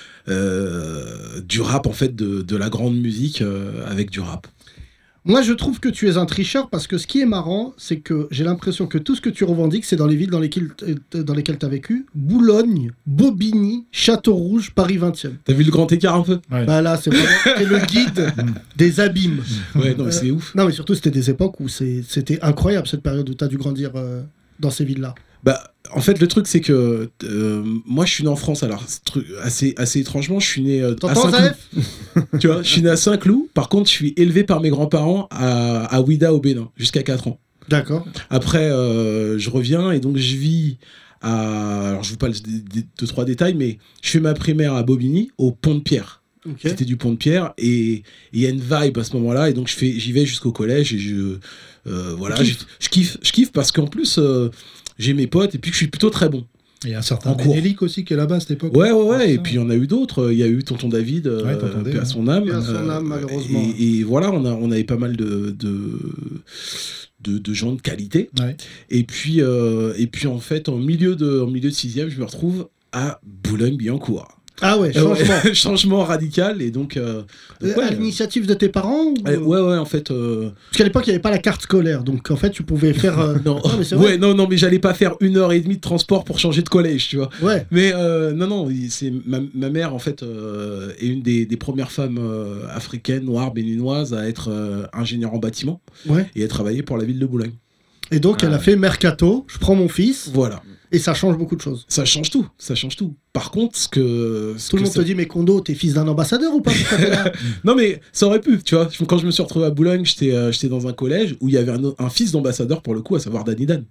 euh, du rap, en fait, de, de la grande musique euh, avec du rap. Moi, je trouve que tu es un tricheur parce que ce qui est marrant, c'est que j'ai l'impression que tout ce que tu revendiques, c'est dans les villes dans lesquelles dans lesquelles tu as vécu. Boulogne, Bobigny, Château-Rouge, Paris vingtième. T'as vu le grand écart un peu ? Ouais. Bah là, c'est vraiment t'es le guide des abîmes. Ouais, non, mais Euh, c'est ouf. Non, mais surtout, c'était des époques où c'est- c'était incroyable cette période où tu as dû grandir euh, dans ces villes-là. Bah, en fait, le truc, c'est que euh, moi, je suis né en France. Alors, ce truc, assez, assez étrangement, je suis né euh, à T'entends, Saint-Cloud. Zaef ? Tu vois, je suis né à Saint-Cloud. Par contre, je suis élevé par mes grands-parents à, à Ouida, au Bénin, jusqu'à quatre ans. D'accord. Après, euh, je reviens et donc je vis à. Alors, je vous parle des, des deux, trois détails, mais je fais ma primaire à Bobigny, au Pont de Pierre. Ok. C'était du Pont de Pierre et il y a une vibe à ce moment-là et donc je fais, j'y vais jusqu'au collège et je. euh, voilà, Tu je, kiffes. je kiffe. Je kiffe parce qu'en plus, euh, j'ai mes potes et puis que je suis plutôt très bon. Il y a un certain En cours. Bénélic aussi qui est là-bas à cette époque. Ouais, ouais, ouais. Ah, Et ça. puis il y en a eu d'autres. Il y a eu Tonton David, euh, Ouais, Tonton Dave, paix à son âme. Paix à son Euh, âme, malheureusement. Et, et voilà, on, a, on avait pas mal de, de, de, de gens de qualité. Ouais. Et puis, euh, et puis en fait, en milieu de, en milieu de sixième, je me retrouve à Boulogne-Billancourt. Ah ouais, Euh, ouais, changement. changement radical. Et donc, euh, donc, Euh, ouais, à l'initiative de tes parents ou... euh, ouais, ouais, en fait. euh, Parce qu'à l'époque, il n'y avait pas la carte scolaire, donc en fait, tu pouvais faire. euh, non, Non, mais c'est vrai. ouais, non, non, mais j'allais pas faire une heure et demie de transport pour changer de collège, tu vois. Ouais. Mais euh, non, non, c'est ma, ma mère en fait euh, est une des, des premières femmes euh, africaines, noires, béninoises à être euh, ingénieure en bâtiment Ouais. et à travailler pour la ville de Boulogne. Et donc, elle a fait mercato. Je prends mon fils Voilà, et ça change beaucoup de choses. ça change tout, ça change tout. Par contre, ce que ce Tout le que monde ça- te dit, mais Kondo, t'es fils d'un ambassadeur ou pas pourquoi t'es là non mais ça aurait pu, tu vois. Quand je me suis retrouvé à Boulogne, j'étais euh, j'étais dans un collège où il y avait un, un fils d'ambassadeur pour le coup, à savoir Danny Dan.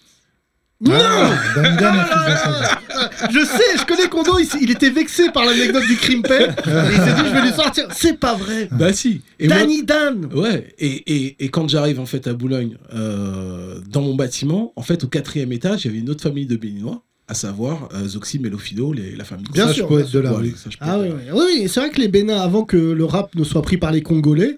Ah, Dan Dan, un fils d'ambassadeur. Je sais, je connais Kondo, il, s- il était vexé par l'anecdote du Crimpet. Et il s'est dit, je vais lui sortir. C'est pas vrai. Bah si. Et moi- Danny Dan. Ouais, et, et, et quand j'arrive en fait à Boulogne, euh, dans mon bâtiment, en fait au quatrième étage, il y avait une autre famille de Béninois, à savoir euh, Zoxy, Mélofido, les, la famille. Bien Ça, sûr, je peux bien être de là. Voilà, oui. ça, je peux Ah être oui, là. oui, oui, oui, c'est vrai que les Bénins, avant que le rap ne soit pris par les Congolais,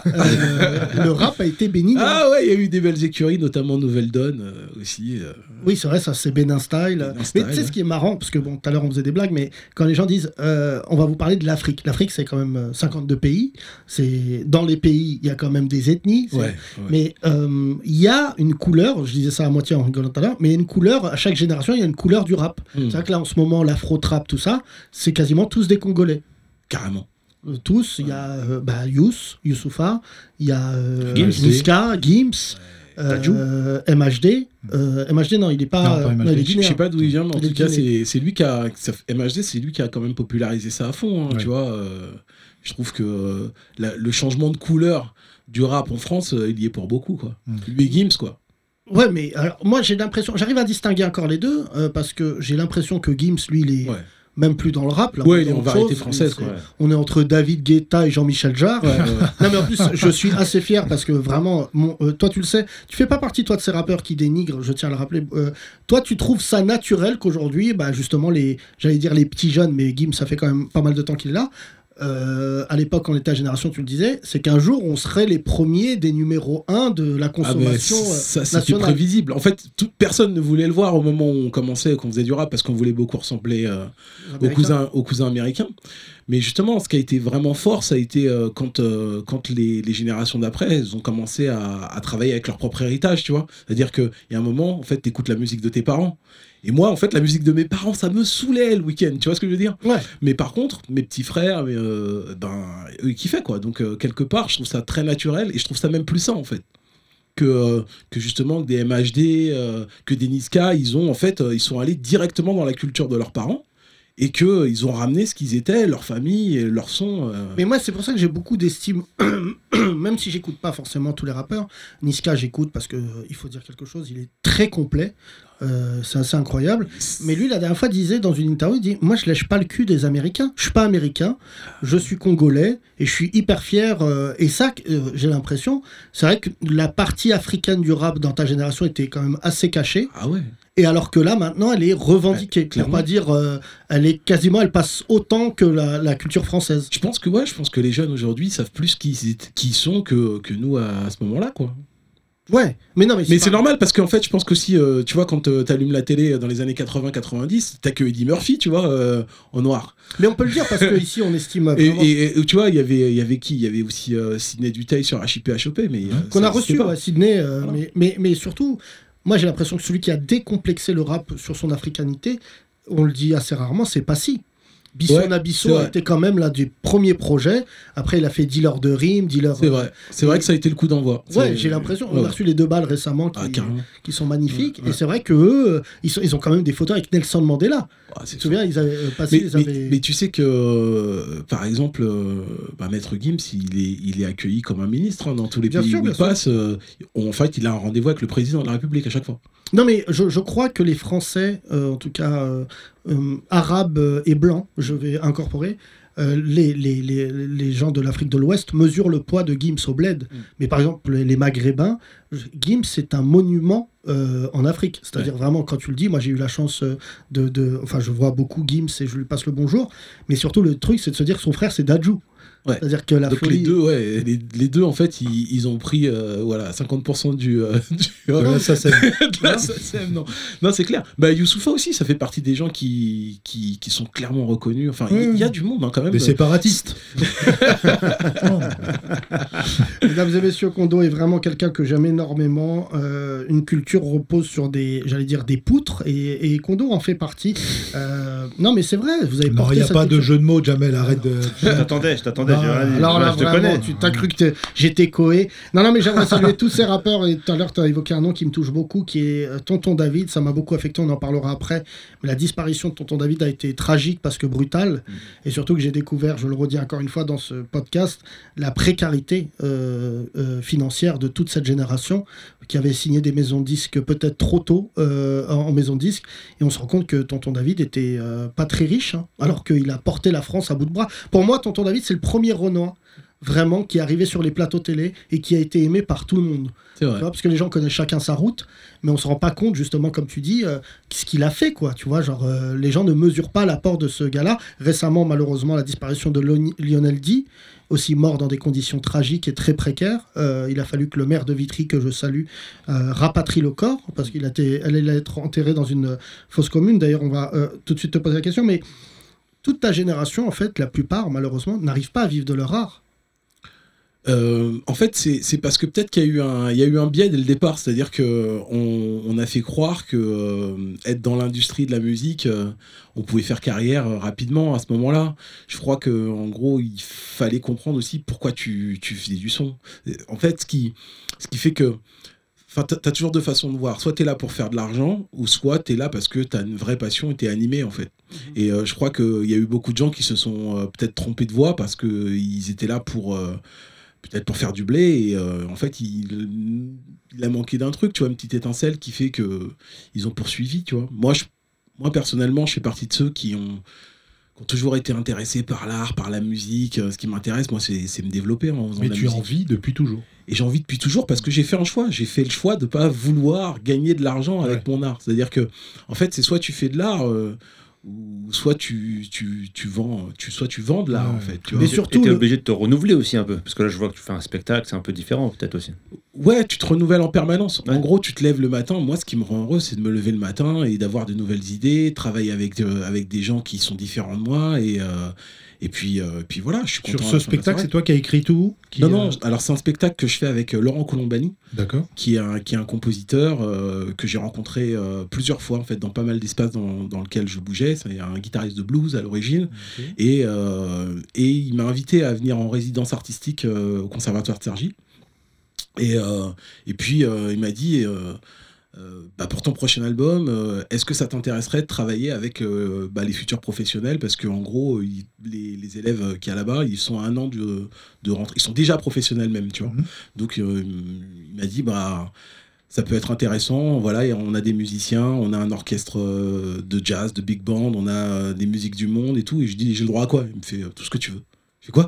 euh, le rap a été béni. Ah ouais, il y a eu des belles écuries, notamment Nouvelle Donne euh, aussi. euh. Oui, c'est vrai, ça c'est Bénin style. Bénin Mais style, tu sais ouais. ce qui est marrant, parce que bon, tout à l'heure on faisait des blagues, mais quand les gens disent euh, on va vous parler de l'Afrique, l'Afrique c'est quand même euh, cinquante-deux pays, c'est dans les pays il y a quand même des ethnies, c'est- Ouais, ouais. mais euh, il y a une couleur, je disais ça à moitié en rigolant tout à l'heure, mais il y a une couleur, à chaque génération il y a une couleur du rap. Mm. C'est vrai que là en ce moment l'afro-trap, tout ça, c'est quasiment tous des Congolais. Carrément. Euh, tous, il y a euh, bah, Youss, Youssoufa, il y a euh, Gims. Niska, Gims, Tadjou. euh, M H D. Euh, M H D, non, il n'est pas. Non, pas M H D. il est Je guinéen. sais pas d'où il vient, mais en Il est tout cas, guinéen. c'est c'est lui qui a. ça- M H D, c'est lui qui a quand même popularisé ça à fond, hein, Ouais. tu vois. euh, je trouve que euh, la- le changement de couleur du rap en France, euh, il y est pour beaucoup, quoi. Mm. Lui et Gims, quoi. Ouais, mais alors, moi j'ai l'impression, j'arrive à distinguer encore les deux euh, parce que j'ai l'impression que Gims, lui, il est Ouais. même plus dans le rap. Là, Ouais, on il est dans en autre variété chose. française, C'est- quoi. On est entre David Guetta et Jean-Michel Jarre. Ouais, ouais. Non mais en plus, je suis assez fier parce que vraiment, mon, euh, toi tu le sais, tu fais pas partie toi de ces rappeurs qui dénigrent, je tiens à le rappeler. Euh, toi tu trouves ça naturel qu'aujourd'hui, bah, justement les, j'allais dire les petits jeunes, mais Gims ça fait quand même pas mal de temps qu'il est là. Euh, à l'époque, on était à Génération, tu le disais, c'est qu'un jour on serait les premiers des numéros un de la Ah, mais consommation euh, ça, c'était nationale. prévisible. En fait, toute personne ne voulait le voir au moment où on commençait, qu'on faisait du rap, parce qu'on voulait beaucoup ressembler euh, aux, Américains. cousins, aux cousins américains. Mais justement, ce qui a été vraiment fort, ça a été euh, quand, euh, quand les, les générations d'après, elles ont commencé à, à travailler avec leur propre héritage, tu vois. C'est-à-dire qu'il y a un moment, en fait, t'écoutes la musique de tes parents. Et moi, en fait, la musique de mes parents, ça me saoulait le week-end, tu vois ce que je veux dire? Ouais. Mais par contre, mes petits frères, mais, euh, ben, eux, ils kiffaient, quoi. Donc, euh, quelque part, je trouve ça très naturel et je trouve ça même plus sain, en fait. Que, euh, que justement, que des M H D, euh, que des Niska, ils ont, en fait, euh, ils sont allés directement dans la culture de leurs parents et qu'ils ont ramené ce qu'ils étaient, leur famille, et leur son. euh. Mais moi, c'est pour ça que j'ai beaucoup d'estime, même si j'écoute pas forcément tous les rappeurs. Niska, j'écoute parce que euh, il faut dire quelque chose, il est très complet. Euh, c'est assez incroyable. Mais lui, la dernière fois, disait dans une interview, il dit « Moi, je lèche pas le cul des Américains. Je suis pas américain. Je suis congolais et je suis hyper fier. Euh, » Et ça, euh, j'ai l'impression, c'est vrai que la partie africaine du rap dans ta génération était quand même assez cachée. Ah ouais. Et alors que là, maintenant, elle est revendiquée. Ouais, pour pas dire, euh, elle est quasiment, elle passe autant que la, la culture française. Je pense que ouais, je pense que les jeunes aujourd'hui savent plus qui qui sont que que nous à, à ce moment-là, quoi. Ouais, mais non, mais c'est, mais pas... c'est normal parce qu'en fait, je pense qu'aussi, euh, tu vois, quand euh, t'allumes la télé dans les années quatre-vingts quatre-vingt-dix, t'as que Eddie Murphy, tu vois, euh, en noir. Mais on peut le dire parce qu'ici, on estime. Et, et, et tu vois, il y avait, il y avait qui ? Il y avait aussi euh, Sidney Duteil sur H I P H O P, mais euh, qu'on a reçu, ouais, Sidney. Euh, voilà. mais, mais, mais surtout, moi, j'ai l'impression que celui qui a décomplexé le rap sur son africanité, on le dit assez rarement, c'est Passy. Bisson ouais, Abisso était quand même l'un des premiers projets. Après, il a fait Dealer de Rime, Dealer. C'est vrai. C'est et... vrai que ça a été le coup d'envoi. Ouais, c'est... j'ai l'impression. Ouais. On a reçu les deux balles récemment qui, ah, qui sont magnifiques. Ouais. Et c'est vrai que eux, ils, sont, ils ont quand même des photos avec Nelson Mandela. Ah, c'est tu te souviens, ils avaient passé. Mais, ils avaient... mais, mais tu sais que, euh, par exemple, euh, bah, Maître Gims, il est, il est accueilli comme un ministre hein, dans tous les bien pays sûr, où il passe. Euh, en fait, il a un rendez-vous avec le président de la République à chaque fois. Non, mais je, je crois que les Français, euh, en tout cas euh, euh, arabes et blancs, je vais incorporer, euh, les, les, les, les gens de l'Afrique de l'Ouest mesurent le poids de Gims au bled. Mm. Mais par exemple, les, les Maghrébins, Gims, c'est un monument euh, en Afrique. C'est-à-dire ouais. vraiment, quand tu le dis, moi j'ai eu la chance de, de... Enfin, je vois beaucoup Gims et je lui passe le bonjour. Mais surtout, le truc, c'est de se dire que son frère, c'est Dadju. Ouais. C'est-à-dire que la Donc folie... les deux, ouais, les, les deux en fait, ils, ils ont pris euh, voilà cinquante pour cent du, euh, du de la S A C M. de la S A C M, non, non, c'est clair. Bah Youssoupha aussi, ça fait partie des gens qui qui, qui sont clairement reconnus. Enfin, il mmh. y, y a du monde hein, quand même. Des séparatistes. Mesdames et messieurs, Kondo est vraiment quelqu'un que j'aime énormément. Euh, une culture repose sur des, j'allais dire, des poutres, et, et Kondo en fait partie. Euh, non, mais c'est vrai. Vous avez non, il n'y a pas culture. de jeu de mots, Jamel. Arrête de. Je t'attendais, je t'attendais. Alors là, je te connais. Tu t'as cru que j'étais coé. Non, non, mais j'aimerais saluer tous ces rappeurs. Et tout à l'heure, tu as évoqué un nom qui me touche beaucoup, qui est Tonton David. Ça m'a beaucoup affecté, on en parlera après. Mais la disparition de Tonton David a été tragique parce que brutale. Mmh. Et surtout que j'ai découvert, je le redis encore une fois dans ce podcast, la précarité euh, euh, financière de toute cette génération qui avait signé des maisons de disques peut-être trop tôt euh, en, en maison de disques. Et on se rend compte que Tonton David était euh, pas très riche, hein, alors qu'il a porté la France à bout de bras. Pour moi, Tonton David, c'est le premier Renoir vraiment qui est arrivé sur les plateaux télé et qui a été aimé par tout le monde. C'est vrai. Tu vois, parce que les gens connaissent chacun sa route, mais on se rend pas compte justement, comme tu dis, euh, ce qu'il a fait, quoi. Tu vois, genre euh, les gens ne mesurent pas l'apport de ce gars-là. Récemment, malheureusement, la disparition de Lionel D, aussi mort dans des conditions tragiques et très précaires. Euh, il a fallu que le maire de Vitry, que je salue, euh, rapatrie le corps parce qu'il allait être enterré dans une fosse commune. D'ailleurs, on va euh, tout de suite te poser la question, mais toute ta génération, en fait, la plupart, malheureusement, n'arrivent pas à vivre de leur art. Euh, en fait, c'est, c'est parce que peut-être qu'il y a eu un, il y a eu un biais dès le départ, c'est-à-dire que on, on a fait croire que euh, être dans l'industrie de la musique, euh, on pouvait faire carrière euh, rapidement à ce moment-là. Je crois que en gros, il fallait comprendre aussi pourquoi tu, tu faisais du son. En fait, ce qui, ce qui fait que, enfin, t'as, t'as toujours deux façons de voir. Soit t'es là pour faire de l'argent, ou soit t'es là parce que t'as une vraie passion et t'es animé en fait. Mmh. Et euh, je crois qu'il y a eu beaucoup de gens qui se sont euh, peut-être trompés de voie parce que ils étaient là pour euh, peut-être pour faire du blé, et euh, en fait, il, il a manqué d'un truc, tu vois, une petite étincelle qui fait qu'ils ont poursuivi, tu vois. Moi, je, moi, personnellement, je fais partie de ceux qui ont, qui ont toujours été intéressés par l'art, par la musique. Ce qui m'intéresse, moi, c'est, c'est me développer en faisant Mais de la tu musique. as envie depuis toujours. Et j'ai envie depuis toujours parce que j'ai fait un choix. J'ai fait le choix de ne pas vouloir gagner de l'argent avec ouais. mon art. C'est-à-dire que, en fait, c'est soit tu fais de l'art... Euh, ou soit tu, tu, tu vends tu, soit tu vends de l'art ouais. en fait, tu vois. Mais surtout tu es obligé de te renouveler aussi un peu, parce que là je vois que tu fais un spectacle, c'est un peu différent peut-être aussi. Ouais, tu te renouvelles en permanence. Ouais. En gros, tu te lèves le matin. Moi, ce qui me rend heureux, c'est de me lever le matin et d'avoir de nouvelles idées, travailler avec, euh, avec des gens qui sont différents de moi. Et, euh, et puis, euh, puis voilà, je suis content. Sur ce spectacle, c'est toi qui as écrit tout qui, Non, non, euh... alors c'est un spectacle que je fais avec euh, Laurent Colombani, D'accord. Qui, est un, qui est un compositeur euh, que j'ai rencontré euh, plusieurs fois, en fait, dans pas mal d'espaces dans, dans lesquels je bougeais. C'est un guitariste de blues à l'origine. Okay. Et, euh, et il m'a invité à venir en résidence artistique euh, au Conservatoire de Cergy. Et, euh, et puis, euh, il m'a dit, euh, euh, bah, pour ton prochain album, euh, est-ce que ça t'intéresserait de travailler avec euh, bah, les futurs professionnels ? Parce qu'en gros, il, les, les élèves qu'il y a là-bas, ils sont à un an de, de rentrer. Ils sont déjà professionnels même, tu vois. Mm-hmm. Donc, euh, il m'a dit, bah, ça peut être intéressant. Voilà, et on a des musiciens, on a un orchestre euh, de jazz, de big band, on a euh, des musiques du monde et tout. Et je dis, j'ai le droit à quoi? Il me fait euh, tout ce que tu veux. Je fais quoi?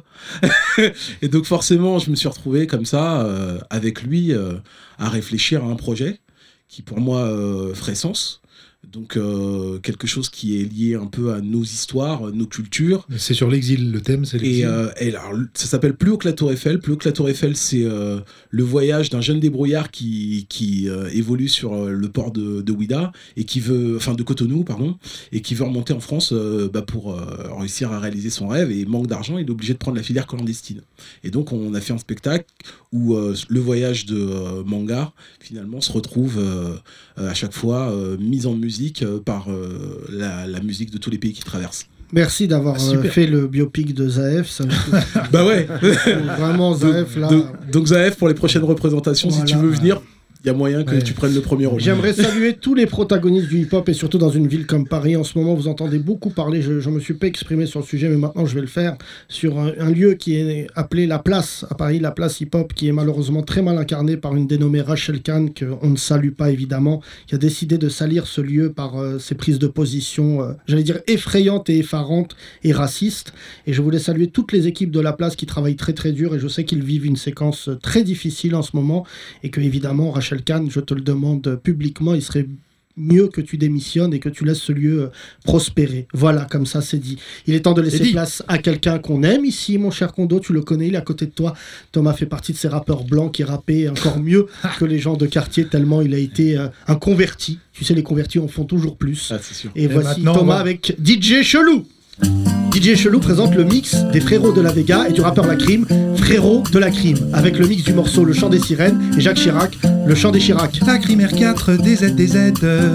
Et donc forcément, je me suis retrouvé comme ça, euh, avec lui, euh, à réfléchir à un projet qui pour moi euh, ferait sens. Donc euh, quelque chose qui est lié un peu à nos histoires, nos cultures. Mais c'est sur l'exil, le thème c'est l'exil. Et, euh, et alors, ça s'appelle Plus haut que la Tour Eiffel. Plus haut que la Tour Eiffel, c'est euh, le voyage d'un jeune débrouillard qui, qui euh, évolue sur euh, le port de, de Ouidah, et qui veut, enfin de Cotonou, pardon, et qui veut remonter en France euh, bah, pour euh, réussir à réaliser son rêve, et il manque d'argent, il est obligé de prendre la filière clandestine. Et donc on a fait un spectacle où euh, le voyage de euh, Manga finalement se retrouve euh, à chaque fois euh, mis en musique euh, par euh, la, la musique de tous les pays qu'il traverse. Merci d'avoir Ah, euh, fait le biopic de Zaef. Ça... bah ouais. Vraiment Zaef là. Donc, donc Zaef pour les prochaines représentations, Voilà. si tu veux venir, il y a moyen que Ouais. tu prennes le premier rôle. J'aimerais saluer tous les protagonistes du hip-hop, et surtout dans une ville comme Paris. En ce moment, vous entendez beaucoup parler, je ne me suis pas exprimé sur le sujet, mais maintenant je vais le faire, sur un, un lieu qui est appelé La Place, à Paris, La Place hip-hop, qui est malheureusement très mal incarné par une dénommée Rachel Kahn, qu'on ne salue pas évidemment, qui a décidé de salir ce lieu par euh, ses prises de position, euh, j'allais dire effrayantes et effarantes et racistes. Et je voulais saluer toutes les équipes de La Place qui travaillent très très dur, et je sais qu'ils vivent une séquence très difficile en ce moment, et que évidemment Rachel Kahn, je te le demande publiquement, il serait mieux que tu démissionnes et que tu laisses ce lieu euh, prospérer. Voilà, comme ça c'est dit. Il est temps de laisser place à quelqu'un qu'on aime ici, mon cher Kondo, tu le connais, il est à côté de toi. Thomas fait partie de ces rappeurs blancs qui rappaient encore mieux que les gens de quartier, tellement il a été euh, un converti. Tu sais, les convertis en font toujours plus. Ah, c'est sûr. Et, Et voici maintenant, Thomas on va- avec D J Chelou. D J Chelou présente le mix des frérots de la Vega et du rappeur La Crime, Frérot de La Crime, avec le mix du morceau Le Chant des Sirènes et Jacques Chirac, Le Chant des Chirac. La crime R quatre, D Z D Z.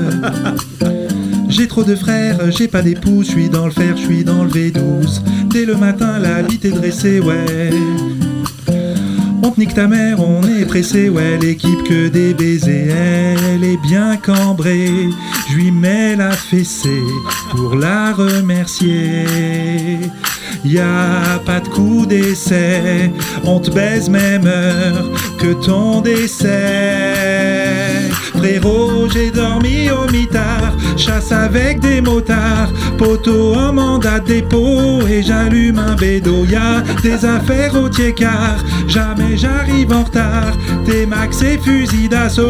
J'ai trop de frères, j'ai pas d'épouse, je suis dans le fer, je suis dans le V douze. Dès le matin, la lite est dressée, ouais. On te nique ta mère, on est pressé, ouais, l'équipe que des baisers, elle est bien cambrée. Je lui mets la fessée pour la remercier. Y a pas de coup d'essai, on te baise même heure que ton décès. Frérot, j'ai dormi au mitard, chasse avec des motards, poteau en mandat de dépôt et j'allume un bédo. Y'a des affaires au tiécart, jamais j'arrive en retard, t'es max et fusil d'assaut.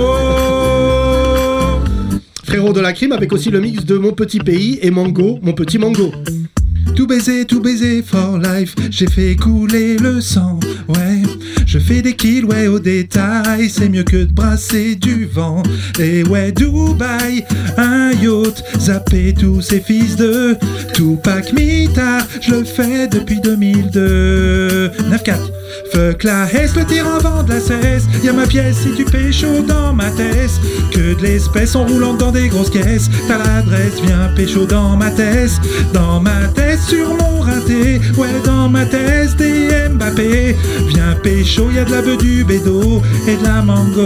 Frérot de La Crime avec aussi le mix de Mon Petit Pays et Mango, Mon Petit Mango. Tout baiser, tout baiser for life, j'ai fait couler le sang, ouais. Je fais des kills, ouais, au détail, c'est mieux que de brasser du vent. Et ouais, Dubaï, un yacht, zapper tous ces fils de Tupac Mitard, je le fais depuis deux mille deux. neuf quatre. Fuck la Hesse, le tir en vent de la cesse. Y'a ma pièce si tu pécho dans ma tête. Que de l'espèce en roulant dans des grosses caisses. T'as l'adresse, viens pécho dans ma tête. Dans ma tête, sur mon raté. Ouais, dans ma tête, des Mbappé. Viens pécho, y'a de la beuh du bédo et de la mango.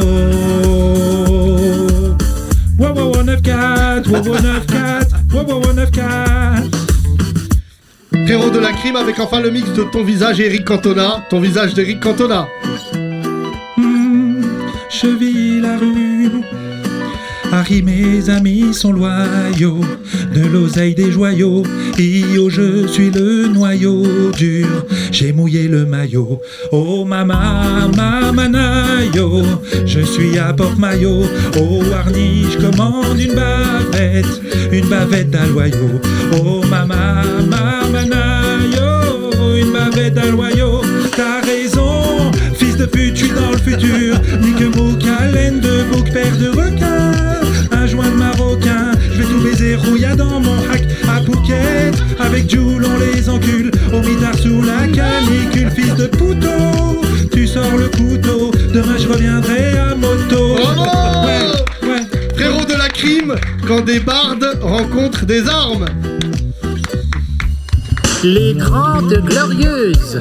Wow, wow, wow, neuf quatre. Wow, wow, neuf quatre. Wow, wow, wow, neuf quatre. Frérot de La Crime avec enfin le mix de Ton Visage et Eric Cantona, Ton Visage d'Eric Cantona. Mmh, je vis la rue. Harry, mes amis sont loyaux, de l'oseille des joyaux. Io, je suis le noyau dur, j'ai mouillé le maillot. Oh mama, mamanayo, je suis à Port-Maillot. Oh Arnie, je commande une bavette, une bavette à loyau. Oh mama, mamanayo, une bavette à loyau. T'as raison, fils de pute, je suis dans le futur. Nique Mouk, haleine de bouc, père de requin. Un joint de marocain, je vais tout baiser rouilla dans mon hack à Phuket. Avec Jules on les encule, au mitard sous la canicule. Fils de poutot, tu sors le couteau, demain je reviendrai à moto. Bravo Ouais, ouais. Frérot de La Crime, quand des bardes rencontrent des armes. Les Grandes Glorieuses.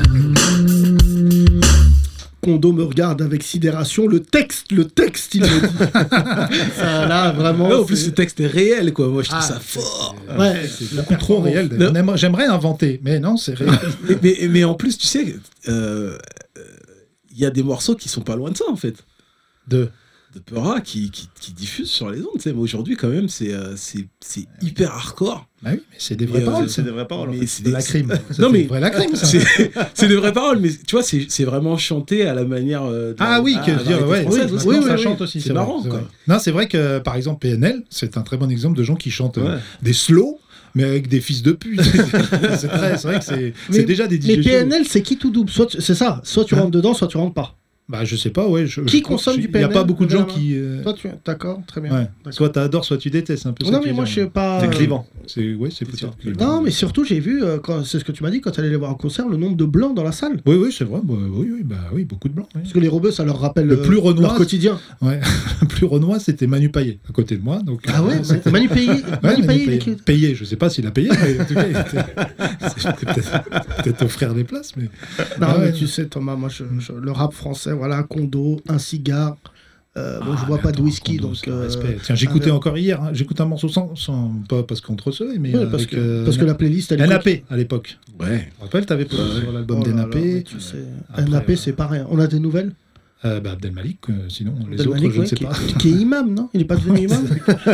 Kondo me regarde avec sidération. Le texte, le texte, il me dit. Ça, là, vraiment. Ouais, en plus, c'est- ce texte est réel, quoi. Moi, je trouve Ah, ça fort. Ouais, C'est beaucoup trop réel. Non. On aime- J'aimerais inventer, mais non, c'est réel. mais, mais, mais en plus, tu sais, il euh, euh, y a des morceaux qui sont pas loin de ça, en fait. De. de Peura qui, qui, qui diffusent sur les ondes. Tu sais, mais aujourd'hui, quand même, c'est, euh, c'est, c'est hyper hardcore. Bah oui, mais c'est des vraies Et, paroles. euh, C'est des vraies paroles. en Mais fait. c'est de des- la crime. c'est- Non, mais vrai la crime, ça. c'est, c'est des vraies paroles, mais tu vois, c'est, c'est vraiment chanté à la manière. euh, de Ah la- oui, que la je dire, variété ouais, française oui, aussi. oui, oui, ça oui, chante oui. aussi. C'est vrai, marrant, c'est quoi. vrai. Non, c'est vrai que par exemple P N L, c'est un très bon exemple de gens qui chantent euh, Ouais. des slows, mais avec des fils de pute. c'est, très, c'est vrai que c'est, Mais- c'est déjà des D J Mais shows. P N L, c'est qui tout double? Soit tu- c'est ça, soit tu Hein rentres dedans, soit tu rentres pas. Bah je sais pas, ouais. Je, Qui je- consomme je- du Il n'y a P N L, pas beaucoup de gens Benjamin qui. euh, Toi, tu d'accord, très bien. Ouais. D'accord. Soit t'adores, soit tu détestes. Un peu ça Non, que mais tu moi, veux je dire. sais pas. C'est clivant. C'est ouais, c'est C'est sûr. peut-être. clivant. Non, mais surtout, j'ai vu, euh, quand, c'est ce que tu m'as dit quand tu allais les voir en concert, le nombre de blancs dans la salle. Oui, oui, c'est vrai. Bah, oui, oui, bah oui, beaucoup de blancs. oui. Parce que les rebeux, ça leur rappelle Le euh, plus renois, leur quotidien. Ouais. Le plus renois, c'était Manu Payet à côté de moi. Donc, Ah ouais, euh, c'était- Manu Payet, Ouais, Manu Manu Payet, il Payet. est qui Payé, je sais pas s'il a payé, mais en tout cas, il était, c'était peut-être, peut-être offrir des places. Mais... Non, Ah mais ouais. tu sais, Thomas, moi, je, je- le rap français, voilà, condo, un cigare. Euh, bon, Ah, je bois mais pas de attends, whisky, Kondo, donc. c'est un euh, respect. Tiens, j'écoutais un- encore hier, hein, j'écoutais un morceau sans, sans pas parce qu'on te recevait, mais Ouais, euh, parce, avec, que, euh, parce que la playlist, elle est. N A P à l'époque. Ouais. Tu te rappelles, t'avais posé sur l'album Oh là là, d'N A P. mais tu sais, Après, N A P, euh, c'est pas rien. On a des nouvelles? Euh, bah, Abdel Malik, euh, sinon les Abdel autres, Malik, je ne ouais, sais qui, pas. qui est imam, non? Il est pas devenu imam?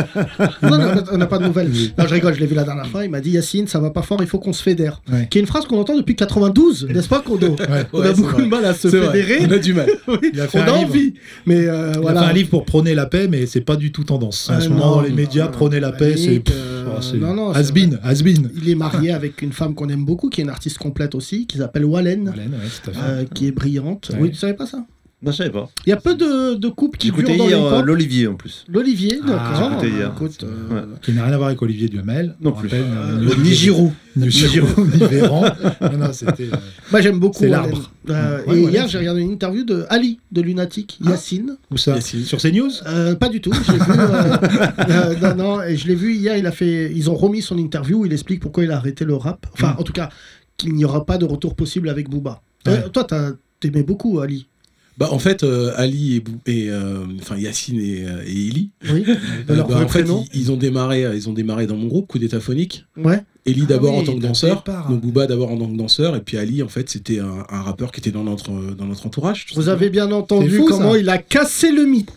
Non, non, on n'a pas de nouvelles. Non, je rigole, je l'ai vu la dernière fois. Il m'a dit Yacine, ça va pas fort, il faut qu'on se fédère. Ouais. Qui est une phrase qu'on entend depuis quatre-vingt-douze, n'est-ce pas, Kondo? Ouais. On Ouais, a c'est beaucoup vrai. de mal à se C'est vrai. fédérer. On a du mal. Oui, Il a fait on un a livre. envie. Mais euh, Il voilà. a fait un livre pour prôner la paix, mais c'est pas du tout tendance. En Euh, ce moment, non, dans les non, médias, non, prôner la paix, c'est. Malik, pff, euh, oh, c'est non, non, c'est has-been, has-been. Il est marié avec une femme qu'on aime beaucoup, qui est une artiste complète aussi, qui s'appelle Wallen, Wallen, ouais, tout à fait. euh, qui est brillante. Ouais. Oui, tu savais pas ça? Non, je savais pas. Il y a peu de, de couples qui J'écoutais durent dans hier les euh, pop. l'Olivier en plus. L'Olivier, Ah, d'accord. j'écoutais hier. Écoute, euh, Ouais. Qui n'a rien à voir avec Olivier Duhamel. Non on plus. rappelle, Euh, euh, Ni Giroud. Ni Giroud, ni Véran. Non, non, c'était. euh, Moi, j'aime beaucoup C'est Wallen. l'arbre. Euh, Ouais, et Wallen, hier, c'est- j'ai regardé une interview de Ali, de Lunatic, Ah. Yacine. Où ça Yacine. Sur CNews Euh, pas du tout. Je l'ai vu, euh, euh, non, non, et je l'ai vu hier. Il a fait. Ils ont remis son interview où il explique pourquoi il a arrêté le rap. Enfin, Mm. en tout cas, qu'il n'y aura pas de retour possible avec Booba. Euh, Ouais. toi, t'as- t'aimais beaucoup Ali. Bah, en fait, euh, Ali et, Bou- et euh, enfin Yacine et, euh, et Eli, Oui. euh, leur bah, vrai en fait, prénom. ils, ils ont démarré, ils ont démarré dans mon groupe Coup d'État phonique. Ouais. Eli Ah d'abord oui, en tant que dès le danseur, départ. donc Booba d'abord en tant que danseur, et puis Ali en fait c'était un, un rappeur qui était dans notre dans notre entourage. tout Vous simplement. avez bien entendu C'est fou, comment ça. il a cassé le mythe.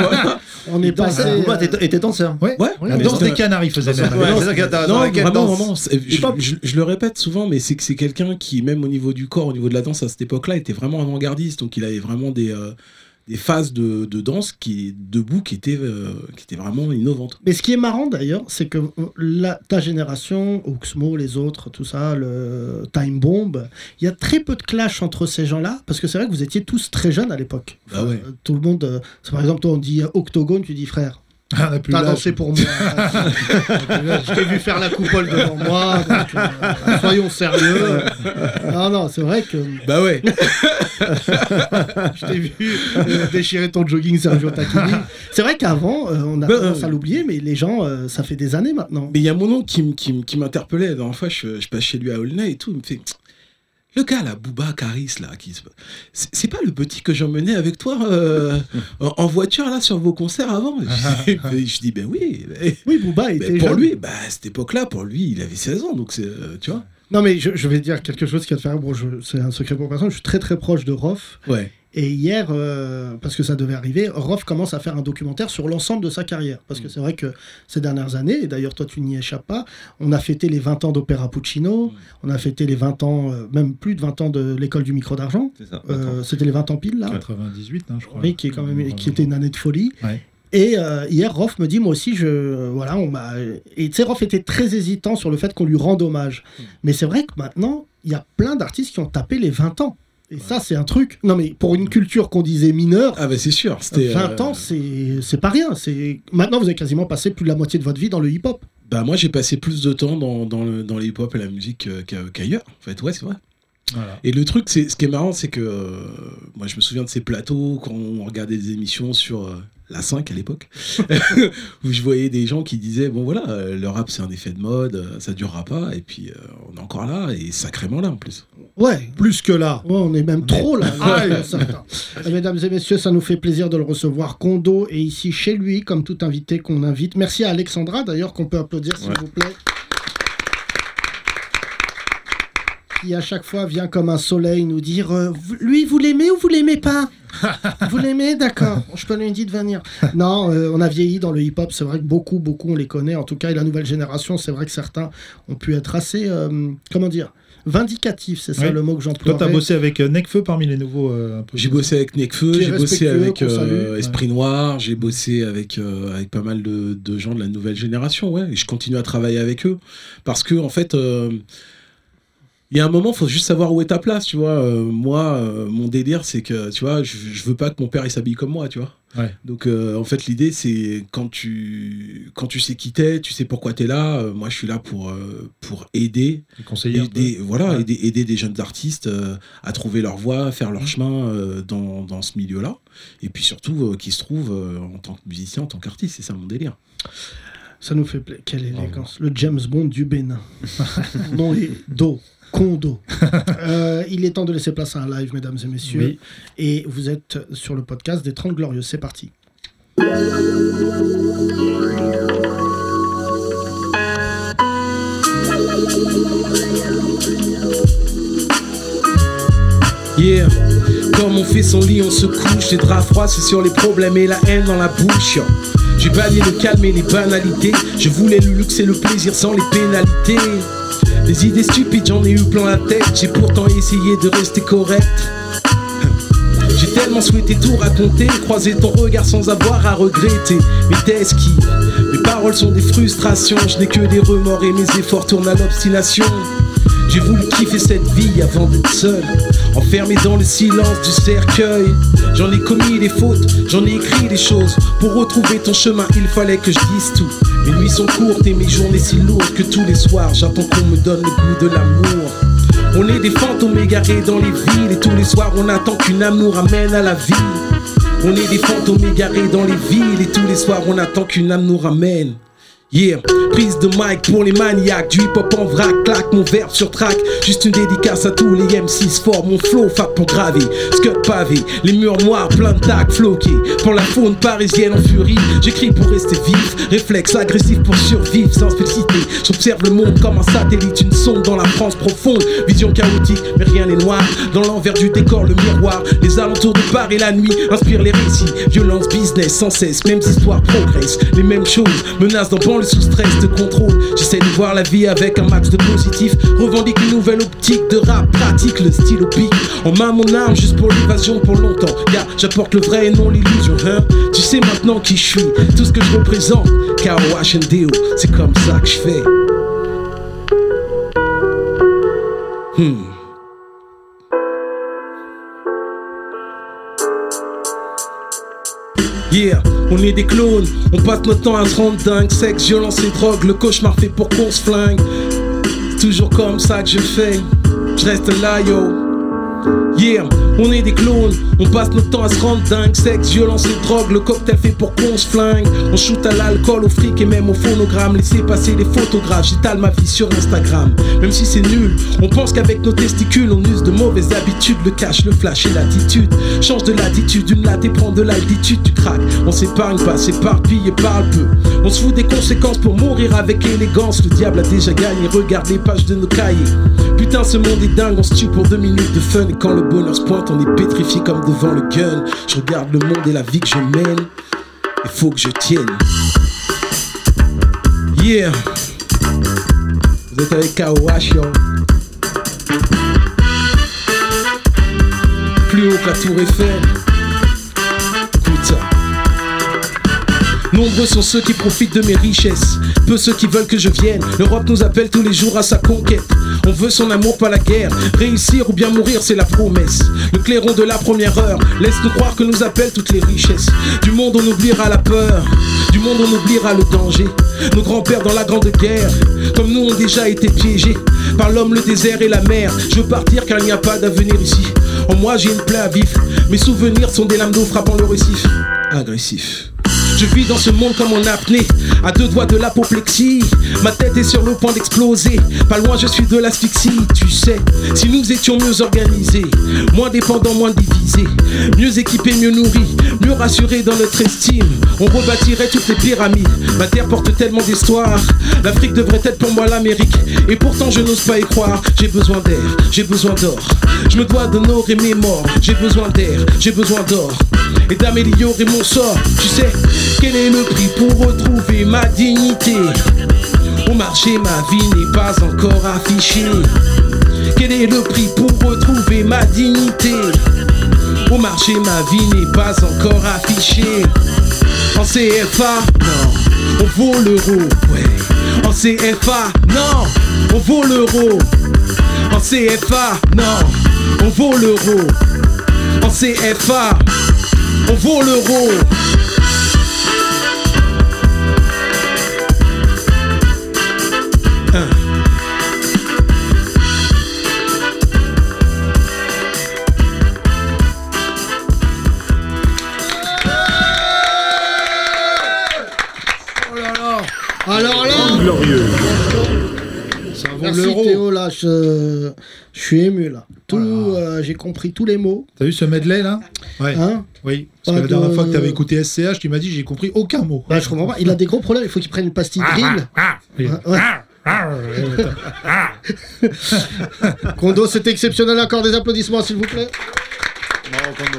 On est passé. Ah, Booba euh, était était danseur. Ouais, Ouais, la mais danse c'était- des Canaries faisait Ouais, même. c'est ça qui est intéressant. Non, Avec quelle vraiment, danse vraiment. c'est- Je, Hip-hop. je- je le répète souvent, mais c'est que c'est quelqu'un qui, même au niveau du corps, au niveau de la danse à cette époque-là, était vraiment avant-gardiste. Donc il avait vraiment des, euh, des phases de, de danse qui, debout qui étaient, euh, qui étaient vraiment innovantes. Mais ce qui est marrant d'ailleurs, c'est que euh, la, ta génération, Oxmo, les autres, tout ça, le Time Bomb, il y a très peu de clash entre ces gens-là, parce que c'est vrai que vous étiez tous très jeunes à l'époque. Bah ouais. Euh, Tout le monde. euh, c'est par exemple, toi, on dit euh, Octogone, tu dis frère. Ah, on a plus T'as l'âge. dansé pour moi. Je t'ai vu faire la coupole devant moi. Donc, euh, soyons sérieux. Non, non, c'est vrai que Bah ouais. je t'ai vu euh, déchirer ton jogging Sergio Tacchini. C'est vrai qu'avant, euh, on a Bah, tendance à euh, l'oublier, mais les gens, euh, ça fait des années maintenant. Mais il y a mon oncle qui, m- qui, m- qui m'interpellait. La dernière fois, je, je passe chez lui à Aulnay et tout. Il me fait le gars là, Booba Caris là, qui se- c'est c'est pas le petit que j'emmenais avec toi euh, en, en voiture là sur vos concerts avant. je, je dis ben oui. mais- Oui, Booba mais était pour jeune. lui, bah, à cette époque-là, pour lui, il avait seize ans, donc c'est, euh, tu vois. Non, mais je, je vais dire quelque chose qui va te faire. Bon, je- c'est un secret pour personne. Je suis très très proche de Rof. Ouais. Et hier, euh, parce que ça devait arriver, Rof commence à faire un documentaire sur l'ensemble de sa carrière. Parce que c'est vrai que ces dernières années, et d'ailleurs toi tu n'y échappes pas, on a fêté les vingt ans d'Opéra Puccino, on a fêté les vingt ans, euh, même plus de vingt ans de l'école du micro d'argent. C'est ça. Euh, C'était les vingt ans pile là. quatre-vingt-dix-huit, hein, je crois. Oui, qui est quand même, qui était une année de folie. Ouais. Et euh, hier, Rof me dit, moi aussi, je, voilà, on m'a. Et tu sais, Rof était très hésitant sur le fait qu'on lui rende hommage. Mais c'est vrai que maintenant, il y a plein d'artistes qui ont tapé les vingt ans. Et ça, c'est un truc. Non, mais pour une culture qu'on disait mineure, Ah bah c'est sûr. C'était, vingt euh, ans, c'est c'est pas rien. C'est maintenant, vous avez quasiment passé plus de la moitié de votre vie dans le hip-hop. Bah moi j'ai passé plus de temps dans, dans, le, dans les hip-hop et la musique euh, qu'a- qu'ailleurs. En fait, ouais, c'est vrai. Voilà. Et le truc, c'est, ce qui est marrant, c'est que euh, moi je me souviens de ces plateaux quand on regardait des émissions sur euh, la cinq à l'époque, où je voyais des gens qui disaient bon voilà, euh, le rap c'est un effet de mode, euh, ça durera pas, et puis euh, on est encore là, et sacrément là en plus. Ouais. Plus que là. Ouais, on est même trop là. là, certains. Euh, Mesdames et messieurs, ça nous fait plaisir de le recevoir. Kondo est ici chez lui, comme tout invité qu'on invite. Merci à Alexandra d'ailleurs, qu'on peut applaudir s'il Ouais. vous plaît. qui à chaque fois vient comme un soleil nous dire euh, lui, vous l'aimez ou vous l'aimez pas? Vous l'aimez? D'accord, je peux lui dire de venir. Non, euh, on a vieilli dans le hip-hop, c'est vrai que beaucoup, beaucoup, on les connaît. En tout cas, et la nouvelle génération, c'est vrai que certains ont pu être assez, euh, comment dire, vindicatifs, c'est ça Ouais. le mot que j'emploie. Toi, t'as bossé avec euh, Nekfeu parmi les nouveaux. euh, un peu J'ai bossé avec Nekfeu, Qui est j'ai bossé respectueux, avec qu'on salue. euh, Esprit Noir, j'ai bossé avec, euh, avec pas mal de, de gens de la nouvelle génération, ouais, et je continue à travailler avec eux. Parce que, en fait, euh, il y a un moment, il faut juste savoir où est ta place, tu vois. Euh, moi, euh, mon délire, c'est que, tu vois, je, je veux pas que mon père il s'habille comme moi, tu vois. Ouais. Donc, euh, en fait, l'idée, c'est quand tu, quand tu sais qui t'es, tu sais pourquoi t'es là. Euh, moi, je suis là pour, euh, pour aider, Les conseillers. un aider, peu. voilà, Ouais. aider, aider des jeunes artistes euh, à trouver leur voie, à faire leur chemin euh, dans, dans ce milieu-là. Et puis surtout, euh, qu'ils se trouvent euh, en tant que musicien, en tant qu'artiste. C'est ça mon délire. Ça nous fait plaisir. Quelle élégance. Le James Bond du Bénin. Non, et Do. Kondo. Euh, il est temps de laisser place à un live, mesdames et messieurs. Oui. Et vous êtes sur le podcast des trente Glorieuses. C'est parti. Yeah, comme on fait son lit, on se couche. Les draps froids, c'est sur les problèmes et la haine dans la bouche. J'ai balayé le calme et les banalités. Je voulais le luxe et le plaisir sans les pénalités. Des idées stupides, j'en ai eu plein la tête. J'ai pourtant essayé de rester correct. J'ai tellement souhaité tout raconter, croiser ton regard sans avoir à regretter. Mais t'esquives, mes paroles sont des frustrations. Je n'ai que des remords et mes efforts tournent à l'obstination. J'ai voulu kiffer cette vie avant d'être seul, enfermé dans le silence du cercueil. J'en ai commis des fautes, j'en ai écrit des choses. Pour retrouver ton chemin, il fallait que je dise tout. Mes nuits sont courtes et mes journées si lourdes que tous les soirs, j'attends qu'on me donne le goût de l'amour. On est des fantômes égarés dans les villes et tous les soirs on attend qu'une âme nous ramène à la vie. On est des fantômes égarés dans les villes et tous les soirs on attend qu'une âme nous ramène. Yeah, prise de mic pour les maniaques, du hip-hop en vrac, claque mon verbe sur track. Juste une dédicace à tous les M six forts, mon flow fat pour graver. Scud pavé, les murs noirs, plein de tacs floqués. Pour la faune parisienne en furie, j'écris pour rester vif. Réflexe agressif pour survivre sans félicité. J'observe le monde comme un satellite, une sonde dans la France profonde. Vision chaotique, mais rien n'est noir. Dans l'envers du décor, le miroir. Les alentours de Paris la nuit inspirent les récits. Violence, business, sans cesse, mêmes histoires progressent. Les mêmes choses, menaces dans le sous stress de contrôle. J'essaie de voir la vie avec un max de positif. Revendique une nouvelle optique de rap, pratique le style au pic. En main mon arme juste pour l'évasion pour longtemps. Yeah, j'apporte le vrai et non l'illusion, hein. Tu sais maintenant qui je suis, tout ce que je représente. K O H N D O, c'est comme ça que je fais. Hmm. Yeah, on est des clones, on passe notre temps à se rendre dingue. Sexe, violence et drogue, le cauchemar fait pour qu'on se flingue. C'est toujours comme ça que je fais, je reste là yo. Yeah, on est des clones, on passe notre temps à se rendre dingue. Sexe, violence et drogue, le cocktail fait pour qu'on se flingue. On shoot à l'alcool, au fric et même au phonogramme. Laissez passer les photographes, j'étale ma vie sur Instagram. Même si c'est nul, on pense qu'avec nos testicules on use de mauvaises habitudes. Le cash, le flash et l'attitude. Change de l'attitude, une latte et prends de l'altitude. Tu craques, on s'épargne pas, s'éparpille et parle peu. On se fout des conséquences pour mourir avec élégance. Le diable a déjà gagné, regarde les pages de nos cahiers. Putain ce monde est dingue, on se tue pour deux minutes de fun. Et quand le bonheur se pointe, on est pétrifié comme devant le gun. Je regarde le monde et la vie que je mène, il faut que je tienne. Yeah, vous êtes avec K O H yo. Plus haut que la tour Eiffel. Écoute ça. Nombreux sont ceux qui profitent de mes richesses, peu ceux qui veulent que je vienne. L'Europe nous appelle tous les jours à sa conquête. On veut son amour, pas la guerre. Réussir ou bien mourir, c'est la promesse. Le clairon de la première heure laisse-nous croire que nous appellent toutes les richesses. Du monde on oubliera la peur, du monde on oubliera le danger. Nos grands-pères dans la grande guerre, comme nous ont déjà été piégés par l'homme, le désert et la mer. Je veux partir car il n'y a pas d'avenir ici. En moi j'ai une plaie à vif, mes souvenirs sont des lames d'eau frappant le récif. Agressif. Je vis dans ce monde comme en apnée, à deux doigts de l'apoplexie. Ma tête est sur le point d'exploser, pas loin je suis de l'asphyxie. Tu sais, si nous étions mieux organisés, moins dépendants, moins divisés, mieux équipés, mieux nourris, mieux rassurés dans notre estime, on rebâtirait toutes les pyramides. Ma terre porte tellement d'histoire, l'Afrique devrait être pour moi l'Amérique, et pourtant je n'ose pas y croire. J'ai besoin d'air, j'ai besoin d'or, je me dois d'honorer mes morts. J'ai besoin d'air, j'ai besoin d'or, et d'améliorer mon sort. Tu sais, quel est le prix pour retrouver ma dignité? Au marché, ma vie n'est pas encore affichée. Quel est le prix pour retrouver ma dignité? Au marché, ma vie n'est pas encore affichée. En C F A, non, on vaut l'euro, ouais. En C F A, non, on vaut l'euro. En C F A, non, on vaut l'euro. En C F A, on vaut l'euro. Un. Alors là, Glorieux. Ça vaut merci l'euro. Théo, là, je, je suis ému là. Tout, euh, j'ai compris tous les mots. T'as vu ce medley là? Ouais. Hein Oui. Parce Pas que la dernière de- fois que t'avais écouté S C H, tu m'as dit j'ai compris aucun mot. Bah, je comprends pas. Il a des gros problèmes. Il faut qu'il prenne une pastille Ah, drill. ah, oui. Ouais, ouais. Ah, ouais, attends. Kondo, c'est exceptionnel. Encore des applaudissements, s'il vous plaît. Bravo, Kondo.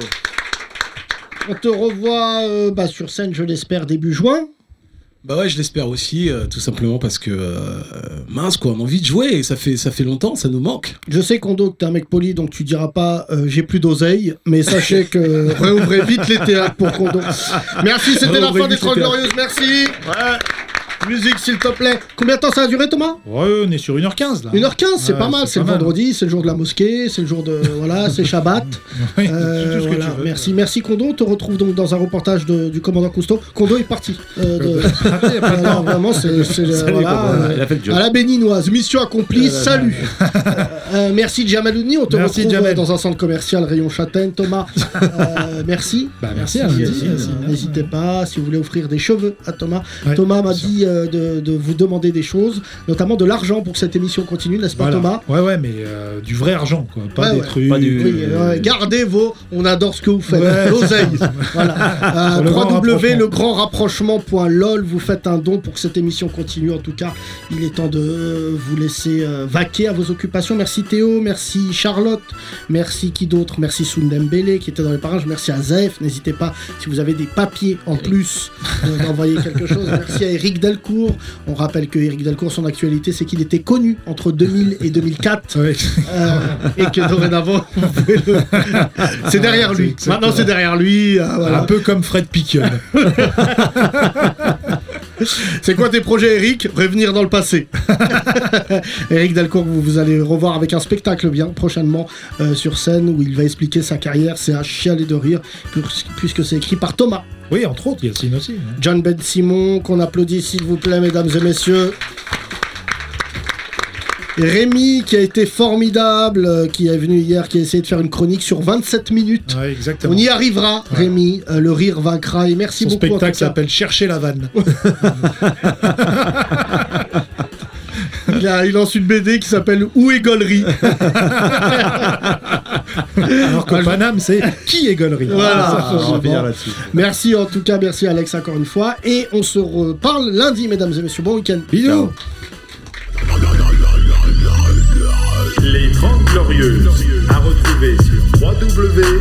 On te revoit euh, bah, sur scène, je l'espère, début juin. Bah ouais, je l'espère aussi, euh, tout simplement parce que euh, mince quoi, on a envie de jouer, ça fait, ça fait longtemps, ça nous manque. Je sais, Kondo, que t'es un mec poli, donc tu diras pas euh, j'ai plus d'oseille, mais sachez que réouvrez vite les théâtres pour Kondo. Merci, c'était la Réouvrez fin des vite Trente les théâtres. Glorieuses, merci. Ouais. Musique, s'il te plaît. Combien de temps ça a duré, Thomas? Ouais, on est sur une heure quinze là. une heure quinze, c'est Ouais, pas mal, c'est le pas mal. vendredi, c'est le jour de la mosquée, c'est le jour de... Voilà, c'est Shabbat. Oui, Euh, c'est tout ce que voilà, tu veux. merci, merci Kondo, on te retrouve donc dans un reportage de- du commandant Cousteau. Kondo est parti. Euh, de- Ah, y a pas de Voilà, temps. vraiment, c'est... c'est, euh, Salut, voilà, Kondo. euh, Il a fait le job. à la béninoise, mission accomplie, salut. Euh, merci Jamalouni, on te Merci, retrouve Jamel. euh, dans un centre commercial Rayon Châtaigne. Thomas, euh, merci. Bah, merci, Euh, hein, merci, merci. N'hésitez pas, si vous voulez offrir des cheveux à Thomas. Ouais, Thomas m'a bien sûr. dit euh, de, de vous demander des choses, notamment de l'argent pour que cette émission continue, n'est-ce pas Voilà. Thomas? Ouais, ouais, mais euh, du vrai argent, quoi. Pas Ouais, des ouais. trucs. Pas du- Oui, euh, euh, gardez vos. On adore ce que vous faites. Ouais. L'oseille. Voilà. Euh, Sur le grand w w w point rapprochement. le grand rapprochement point l o l. Vous faites un don pour que cette émission continue. En tout cas, il est temps de euh, vous laisser euh, vaquer à vos occupations. Merci Théo, merci Charlotte, merci qui d'autre? Merci Soundembele qui était dans les parages. Merci à Zaef. N'hésitez pas, si vous avez des papiers en plus, euh, d'envoyer quelque chose. Merci à Eric Delcourt. On rappelle que Eric Delcourt, son actualité, c'est qu'il était connu entre deux mille et deux mille quatre. Ouais. Euh, et que dorénavant, vous pouvez le- c'est derrière lui. C'est Maintenant, c'est derrière lui. euh, voilà. Un peu comme Fred Piquion. C'est quoi tes projets, Eric? Revenir dans le passé. Eric Delcourt, vous, vous allez revoir avec un spectacle bien prochainement euh, sur scène où il va expliquer sa carrière. C'est à chialer de rire pus- puisque c'est écrit par Thomas. Oui, entre autres, Yacine aussi. hein. John Ben Simon, qu'on applaudit s'il vous plaît, mesdames et messieurs. Rémi, qui a été formidable, euh, qui est venu hier, qui a essayé de faire une chronique sur vingt-sept minutes. Ouais, exactement. On y arrivera, Ouais. Rémi. Euh, le rire vaincra. Et merci Son beaucoup. en tout spectacle cas. s'appelle Chercher la vanne. Il, a, il lance une B D qui s'appelle Où est Gollery. Alors que Paname, c'est Qui est Gollery. Voilà. Ah, ça, On va bon. finir là-dessus. Merci en tout cas, merci Alex encore une fois. Et on se reparle lundi, mesdames et messieurs. Bon week-end. Bisous. Les Trente Glorieuses, à retrouver sur w w w